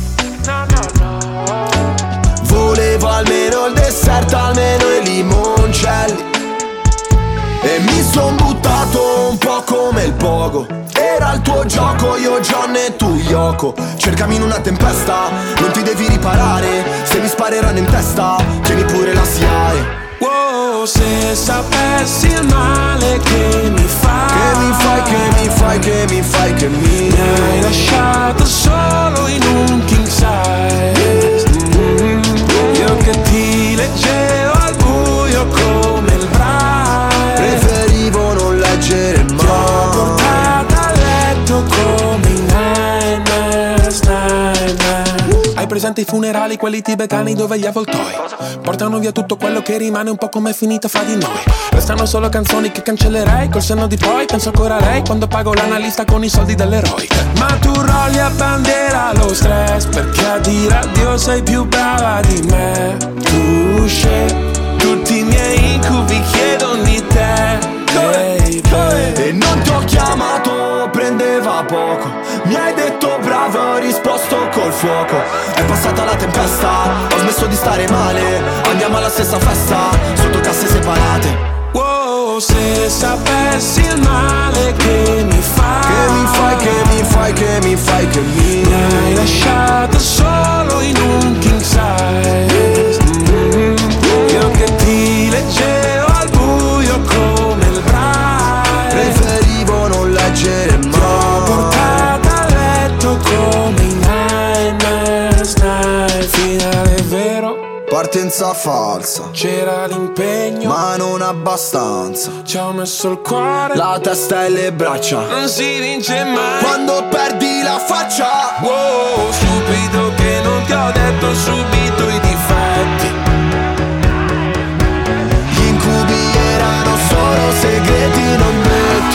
Volevo almeno il dessert, almeno i limoncelli. E mi son buttato un po' come il pogo. Era il tuo gioco, io John e tu Yoko. Cercami in una tempesta, non ti devi riparare. Se mi spareranno in testa, tieni pure la S I A E. Wow. Wow, se sapessi il male che mi fai, che mi fai, che mi fai, che mi fai, che mi mi hai lasciato solo in un king size. Mm-hmm. Io che ti leggevo al buio come il braille, preferivo non leggere mai. Ti ho portata a letto come i nightmares, nightmares. Hai presente i funerali, quelli tibetani dove gli avvoltoi portano via tutto quello che rimane, un po' come è finita fra di noi. Restano solo canzoni che cancellerei col senno di poi. Penso ancora a lei quando pago l'analista con i soldi dell'eroe. Ma tu rolli a bandiera lo stress, perché a dire addio sei più brava di me. Tu scegli tutti i miei incubi, chiedono di te, baby. E non ti ho chiamato, prendeva poco. Mi hai detto bravo, ho risposto col fuoco. È passata la tempesta, ho smesso di stare male. Andiamo alla stessa festa, sotto casse separate. Wow, se sapessi il male che mi fai, che mi fai, che mi fai, che mi fai, che mi, mi hai lasciato solo in un king size. Mm-hmm. Io che ti leggevo al buio come il braille, preferivo non leggere mai. Ti ho portata a letto come i nightmares, night. Finale vero, partenza falsa. C'era l'impegno, ma non abbastanza. Ci ho messo il cuore, la testa e le braccia. Non si vince mai quando perdi la faccia. Wow, stupido che non ti ho detto subito i difetti. Gli incubi erano solo segreti non detti.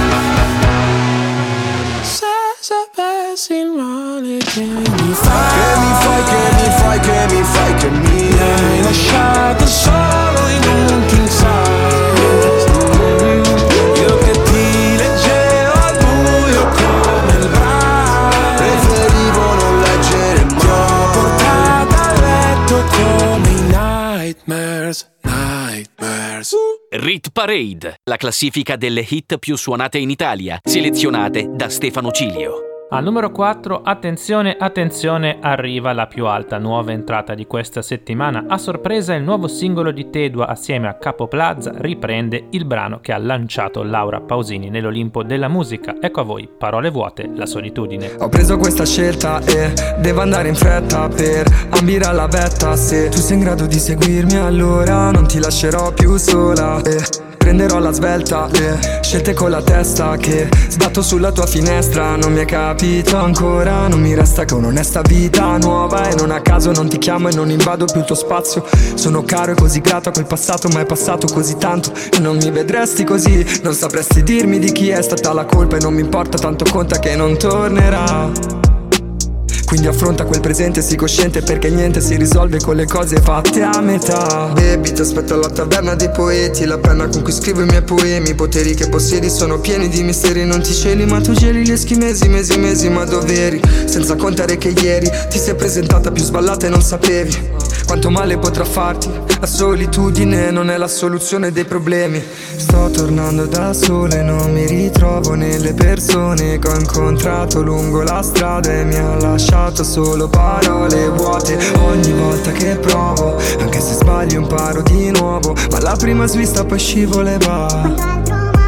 Se sapessi il male che mi fai, che mi fai, che mi fai, che mi fai, che mi mi hai lasciato solo in un king size. Mm-hmm. Io che ti leggevo al buio come il braille, preferivo non leggere mai. Ti ho portata a letto come i nightmares, nightmares. Rit Parade, la classifica delle hit più suonate in Italia, selezionate da Stefano Cilio. Al numero quattro, attenzione, attenzione, arriva la più alta nuova entrata di questa settimana. A sorpresa il nuovo singolo di Tedua assieme a Capo Plaza riprende il brano che ha lanciato Laura Pausini nell'Olimpo della musica. Ecco a voi, Parole vuote, La solitudine. Ho preso questa scelta e devo andare in fretta per ambire alla vetta. Se tu sei in grado di seguirmi allora non ti lascerò più sola e prenderò la svelta, le scelte con la testa che sbatto sulla tua finestra. Non mi è capito ancora, non mi resta che un'onesta vita nuova. E non a caso non ti chiamo e non invado più il tuo spazio. Sono caro e così grato a quel passato, ma è passato così tanto e non mi vedresti così. Non sapresti dirmi di chi è stata la colpa e non mi importa tanto, conta che non tornerà. Quindi affronta quel presente, sii cosciente perché niente si risolve con le cose fatte a metà. Baby, ti aspetto alla taverna dei poeti, la penna con cui scrivo i miei poemi. I poteri che possiedi sono pieni di misteri, non ti celi ma tu geli gli eschimesi, mesi e mesi. Ma dov'eri? Senza contare che ieri ti sei presentata più sballata e non sapevi quanto male potrà farti. La solitudine non è la soluzione dei problemi. Sto tornando da solo e non mi ritrovo nelle persone che ho incontrato lungo la strada e mi ha lasciato solo parole vuote. Ogni volta che provo, anche se sbaglio imparo di nuovo, ma la prima svista poi scivola e va.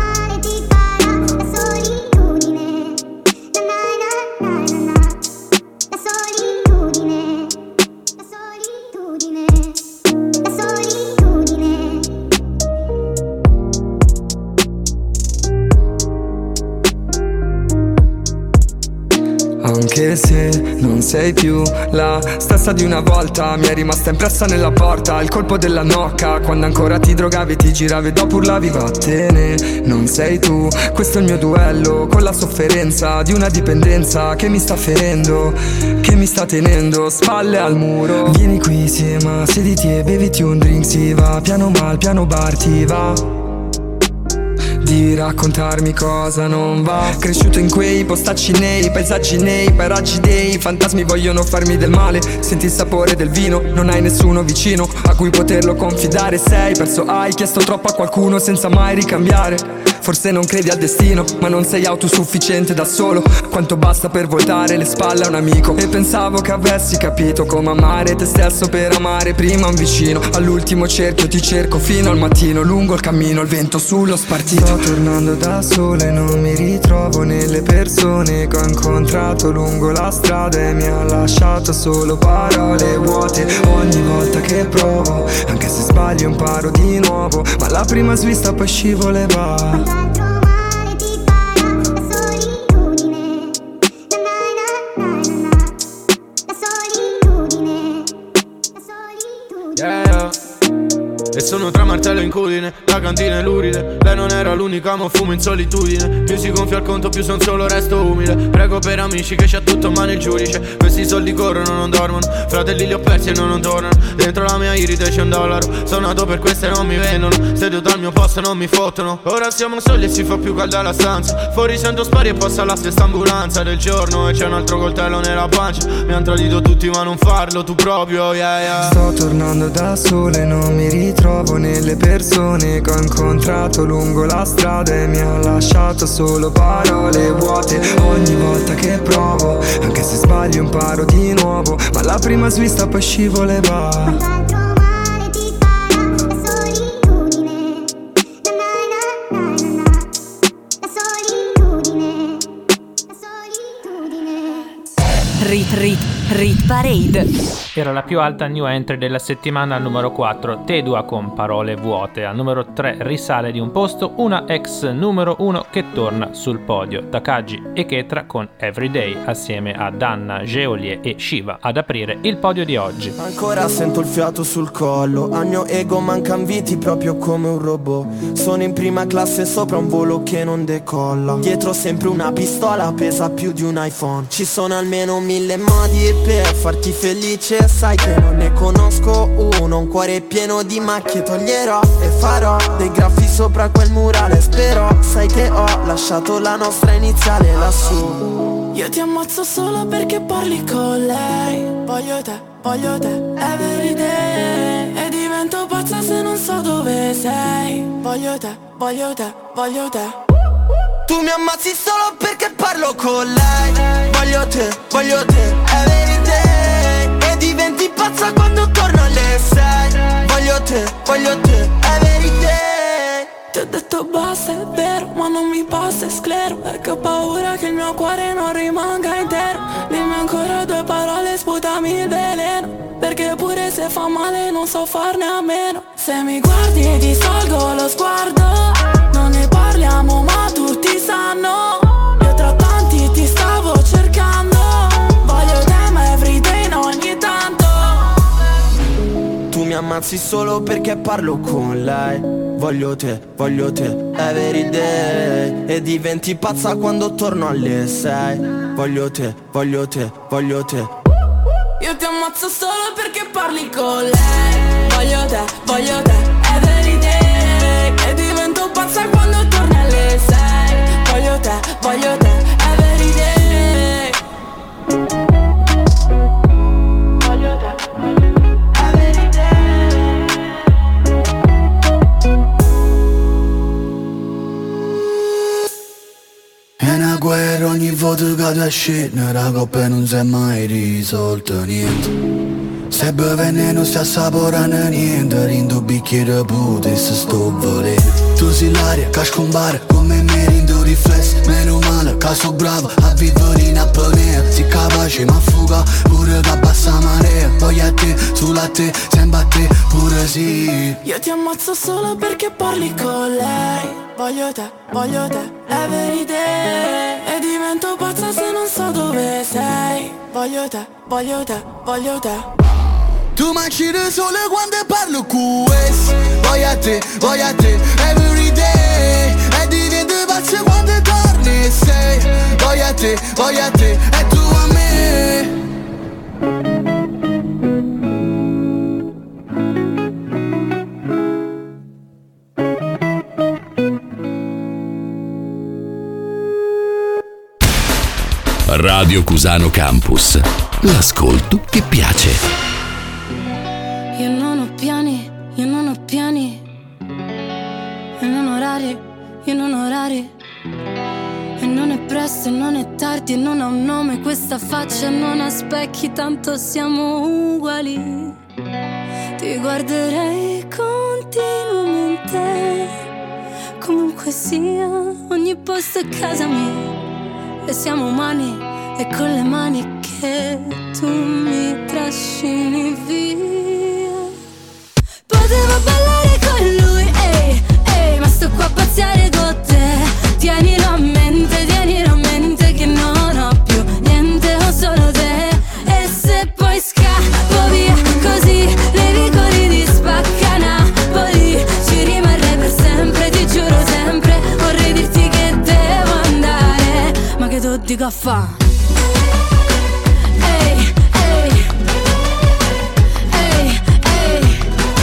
Anche se non sei più la stessa di una volta, mi è rimasta impressa nella porta il colpo della nocca. Quando ancora ti drogavi, ti giravi, dopo urlavi vattene. Non sei tu, questo è il mio duello con la sofferenza di una dipendenza che mi sta ferendo, che mi sta tenendo spalle al muro. Vieni qui, sì, ma sediti e beviti un drink, si va piano mal, piano bar ti va di raccontarmi cosa non va. Cresciuto in quei postacci nei, paesaggi nei, paraggi dei fantasmi vogliono farmi del male. Senti il sapore del vino, non hai nessuno vicino a cui poterlo confidare. Sei perso, hai chiesto troppo a qualcuno senza mai ricambiare. Forse non credi al destino, ma non sei autosufficiente da solo. Quanto basta per voltare le spalle a un amico. E pensavo che avessi capito come amare te stesso per amare prima un vicino. All'ultimo cerchio ti cerco fino al mattino, lungo il cammino, il vento sullo spartito. Sto tornando da solo e non mi ritrovo nelle persone che ho incontrato lungo la strada, e mi ha lasciato solo parole vuote. Ogni volta che provo, anche se sbaglio imparo di nuovo, ma la prima svista poi scivole va. Yeah. E sono tra martello e incudine, la cantina è luride. Lei non era l'unica, ma fumo in solitudine. Più si gonfia il conto, più son solo resto umile. Prego per amici che c'ha tutto ma nel giudice. Questi soldi corrono, non dormono. Fratelli li ho persi e non, non tornano. Dentro la mia iride c'è un dollaro. Sono nato per questo e non mi vendono. Seduto al mio posto non mi fottono. Ora siamo soli e si fa più calda la stanza. Fuori sento spari e passa la stessa ambulanza del giorno. E c'è un altro coltello nella pancia. Mi han tradito tutti ma non farlo tu proprio, yeah yeah. Sto tornando da solo e non mi ritrovo nelle persone che ho incontrato lungo la strada, e mi ha lasciato solo parole vuote. Ogni volta che provo, anche se sbaglio imparo di nuovo, ma la prima svista poi scivole va. Rit Rit Rit Parade. Era la più alta new entry della settimana al numero quattro, Tedua con Parole vuote. Al numero tre risale di un posto una ex numero uno che torna sul podio, Takagi e Ketra con Everyday assieme a Danna, Geolie e Shiva ad aprire il podio di oggi. Ancora sento il fiato sul collo, al mio ego mancan viti proprio come un robot. Sono in prima classe sopra un volo che non decolla. Dietro sempre una pistola, pesa più di un iPhone. Ci sono almeno mille modi per farti felice, sai che non ne conosco uno. Un cuore pieno di macchie toglierò e farò dei graffi sopra quel murale. Spero, sai che ho lasciato la nostra iniziale lassù. Io ti ammazzo solo perché parli con lei. Voglio te, voglio te, everyday. E divento pazza se non so dove sei. Voglio te, voglio te, voglio te. Tu mi ammazzi solo perché parlo con lei. Voglio te, voglio te, everyday. E diventi pazza quando torno alle sei. Voglio te, voglio te, everyday. Ti ho detto basta, è vero, ma non mi passa, è sclero. Perché ho paura che il mio cuore non rimanga intero. Dimmi ancora due parole, sputami il veleno. Perché pure se fa male non so farne a meno. Se mi guardi e ti salgo lo sguardo, non ne parliamo ma tutti sanno. Io tra tanti ti stavo cercando. Voglio te ma everyday no, ogni tanto. Tu mi ammazzi solo perché parlo con lei. Voglio te, voglio te, everyday. E diventi pazza quando torno alle sei. Voglio te, voglio te, voglio te. Io ti ammazzo solo perché parli con lei. Voglio te, voglio te, everyday. E divento pazza quando torno alle sei. Voglio te, voglio te, everyday. Voglio te, everyday. È una guerra ogni volta che ti scende, la coppa non si è mai risolta niente. Se bevi non si assaporano niente, rindo bicchiere pute se sto volendo. Tu sei l'aria che scompare come me rindo riflesso. Meno male che sono bravo a vivere in apnea. Si capace ma fuga pure che abbassa marea. Voglio a te, solo a te, sempre a te, pure sì. Io ti ammazzo solo perché parli con lei. Voglio te, voglio te, everyday. E divento pazza se non so dove sei. Voglio te, voglio te, voglio te. Tu mangi da sole quando parlo con questo. Voglio a te, voglio a te, everyday. E divento pazza quando torni e sei. Voglio a te, voglio a te, e tu a me. Radio Cusano Campus. L'ascolto che piace. Io non ho piani, io non ho piani. E non orari, io non ho orari. E non è presto e non è tardi e non ha un nome questa faccia, non ha specchi, tanto siamo uguali. Ti guarderei continuamente, comunque sia, ogni posto è casa mia. E siamo umani e con le mani che tu mi trascini via. Potevo ballare con lui, ehi, ehi, ma sto qua a pazziare con te. Tienilo a mente, tienilo a mente che non ho più niente, ho solo te. E se poi scappo via così, nei vicoli di Spacca Napoli, ci rimarrei per sempre, ti giuro sempre. Vorrei dirti che devo andare, ma che tu dico a fa'? Ehi, ehi, ehi, ehi.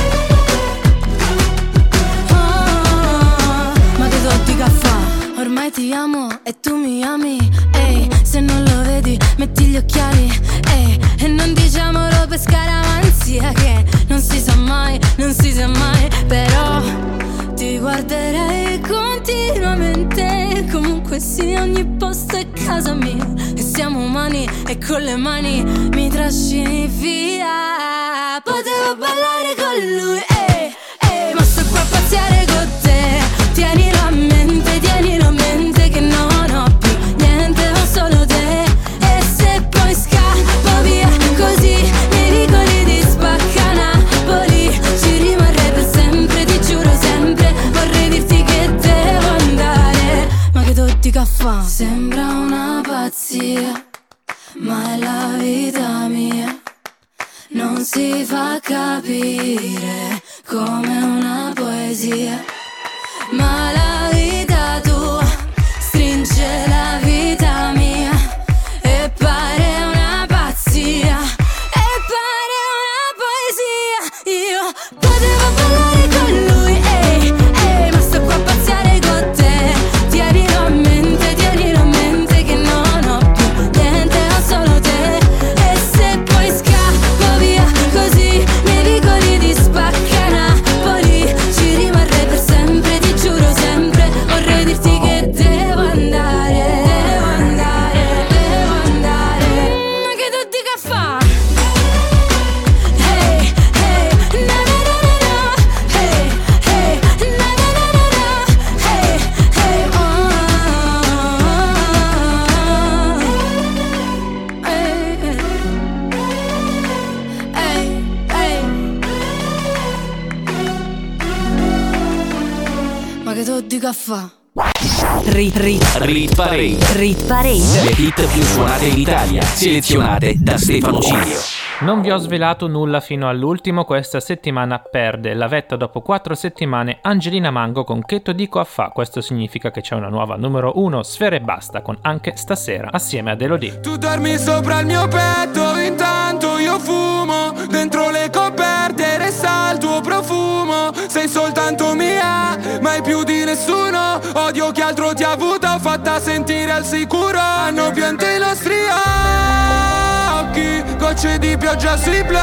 Oh, ma che tu dico a fa'? Ormai ti amo e tu mi ami, ehi, se non lo vedi metti gli occhiali, ehi, e non diciamolo per scaramanzia che non si sa mai, non si sa mai, però ti guarderei continuamente, comunque sia, ogni posto è casa mia. E siamo umani e con le mani mi trascini via. Potevo ballare con lui, ehi, ehi, ma sto qua a pazziare con te. Tienilo a mente, tienilo a mente che non ho più niente, ho solo te. E se poi scappo via così, nei vicoli di Spacca Napoli, ci rimarrei per sempre, ti giuro sempre. Vorrei dirti che devo andare, ma che tu dica fa'? Sembra una pazzia, ma è la vita mia. Non si fa capire come una poesia, ma la vita tua stringe la vita mia e pare una pazzia, e pare una poesia. Io potevo ballare con lui, ehi, ehi, ma sto qua a pazziare con te. Tienilo a mente, tienilo a mente che non ho più niente, ho solo te. E se poi scappo via così, nei vicoli di Spacca Napoli, ci rimarrei per sempre, ti giuro sempre. Vorrei dirti che devo andare, devo andare, devo andare, ma che tu dica fa'? Hey, hey, na na na na na, hey, hey, na na na na na, hey, hey, oh, hey, hey, hey, ma che tu dica fa'? Rit, rit, Rit Parade. rit parade. Le hit più suonate in Italia, selezionate da Stefano Cilio. Non vi ho svelato nulla fino all'ultimo, questa settimana perde la vetta dopo quattro settimane Angelina Mango con Che to dico a fa. Questo significa che c'è una nuova numero uno, Sfera Ebbasta, con Anche stasera, assieme ad Elodie. Tu dormi sopra il mio petto, intanto io fumo. Dentro le coperte resta il tuo profumo. Sei soltanto mia, mai più di nessuno. Odio che altro ti ha avuta, fatta sentire al sicuro. Hanno pianto i nostri occhi, gocce di pioggia sui blocchi.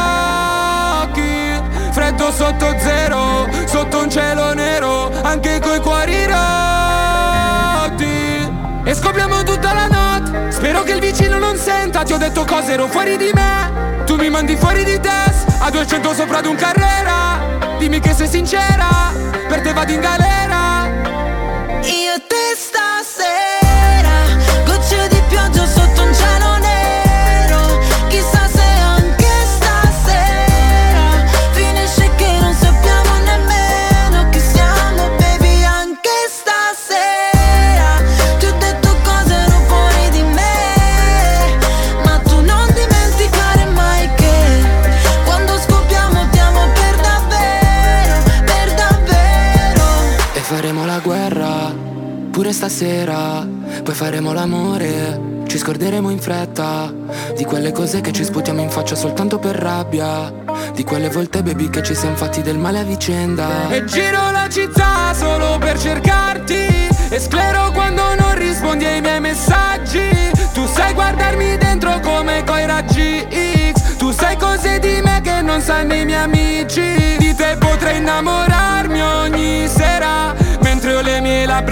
Freddo sotto zero, sotto un cielo nero, anche coi cuori rotti. E scopriamo tutta la notte, spero che il vicino non senta. Ti ho detto cose, ero fuori di me, tu mi mandi fuori di testa. A duecento sopra ad un Carrera, dimmi che sei sincera, per te vado in galera. Io e te stasera, gocce di pioggia sotto un cielo nero. Chissà se anche stasera finisce che non sappiamo nemmeno chi siamo, baby. Anche stasera ti ho detto cose ero fuori di me, ma tu non dimenticare mai che quando scoppiamo ti amo per davvero, per davvero. E faremo la guerra pure stasera, poi faremo l'amore, ci scorderemo in fretta di quelle cose che ci sputiamo in faccia soltanto per rabbia, di quelle volte baby che ci siamo fatti del male a vicenda. E giro la città solo per cercarti, e sclero quando non rispondi ai miei messaggi. Tu sai guardarmi dentro come coi raggi X, tu sai cose di me che non sanno i miei amici. Di te potrei innamorarmi ogni sera, mentre ho le mie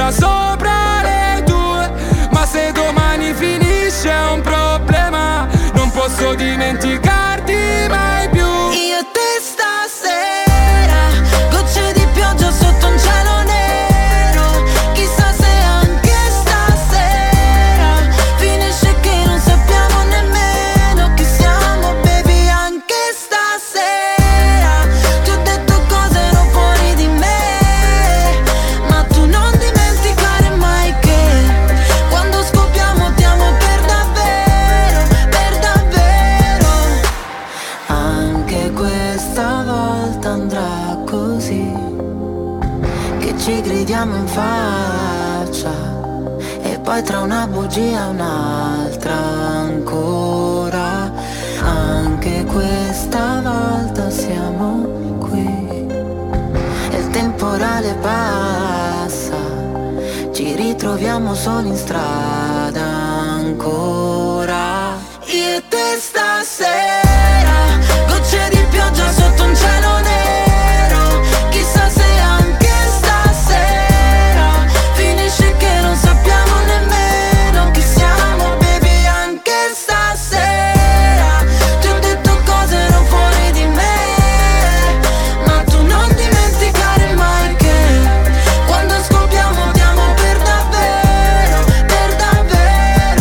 sta sopra le tue. Ma se domani finisce è un problema, non posso dimenticarti mai più. Io e te stasera, gocce di pioggia sotto un cielo nero. Chissà se anche stasera finisce che non sappiamo nemmeno chi siamo, baby. Anche stasera ti ho detto cose non fuori di me, ma tu non dimenticare mai che quando scoppiamo ti amo per davvero, per davvero. Anche questa volta andrà così, che ci gridiamo in faccia e poi tra una bugia e un'altra ancora. Anche questa volta siamo qui e il temporale passa, ci ritroviamo solo in strada ancora. Io e te stasera, gocce di pioggia sotto un cielo nero. Chissà se anche stasera finisce che non sappiamo nemmeno chi siamo, baby. Anche stasera ti ho detto cose non fuori di me, ma tu non dimenticare mai che quando scoppiamo ti amo per davvero, per davvero.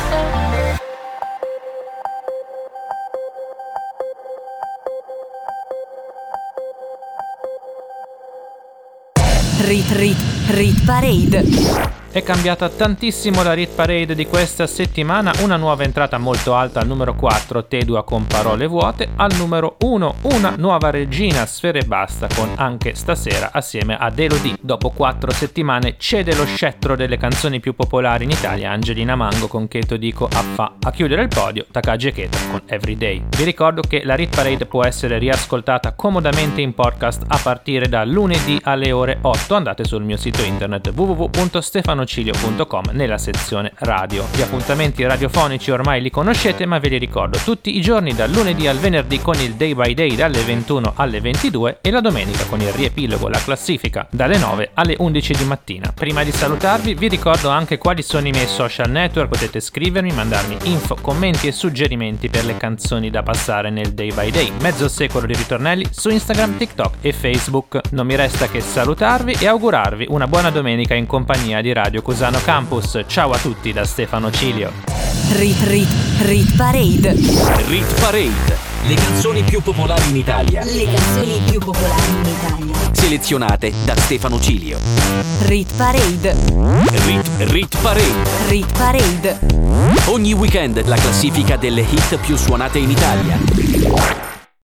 Rit Rit Rit Parade. È cambiata tantissimo la Rit Parade di questa settimana, una nuova entrata molto alta al numero quattro, Tedua con Parole vuote, al numero uno una nuova regina, Sfere Basta con Anche stasera assieme ad Elodie. Dopo quattro settimane cede lo scettro delle canzoni più popolari in Italia, Angelina Mango con Che to dico a fa. A chiudere il podio Takagi e Keta con Everyday. Vi ricordo che la Rit Parade può essere riascoltata comodamente in podcast a partire da lunedì alle ore otto. Andate sul mio sito internet w w w punto stefano cilio punto com nella sezione radio. Gli appuntamenti radiofonici ormai li conoscete, ma ve li ricordo tutti i giorni dal lunedì al venerdì con il Day by Day dalle ventuno alle ventidue e la domenica con il riepilogo, la classifica, dalle nove alle undici di mattina. Prima di salutarvi vi ricordo anche quali sono i miei social network, potete scrivermi, mandarmi info, commenti e suggerimenti per le canzoni da passare nel Day by Day. Mezzo secolo di ritornelli su Instagram, TikTok e Facebook. Non mi resta che salutarvi e augurarvi una buona domenica in compagnia di Radio Cusano Campus. Ciao a tutti da Stefano Cilio. Rit Rit Rit Parade. Rit Parade. Le canzoni più popolari in Italia. Le canzoni più popolari in Italia. Selezionate da Stefano Cilio. Rit Parade. Rit Rit Parade. Rit Parade. Ogni weekend la classifica delle hit più suonate in Italia.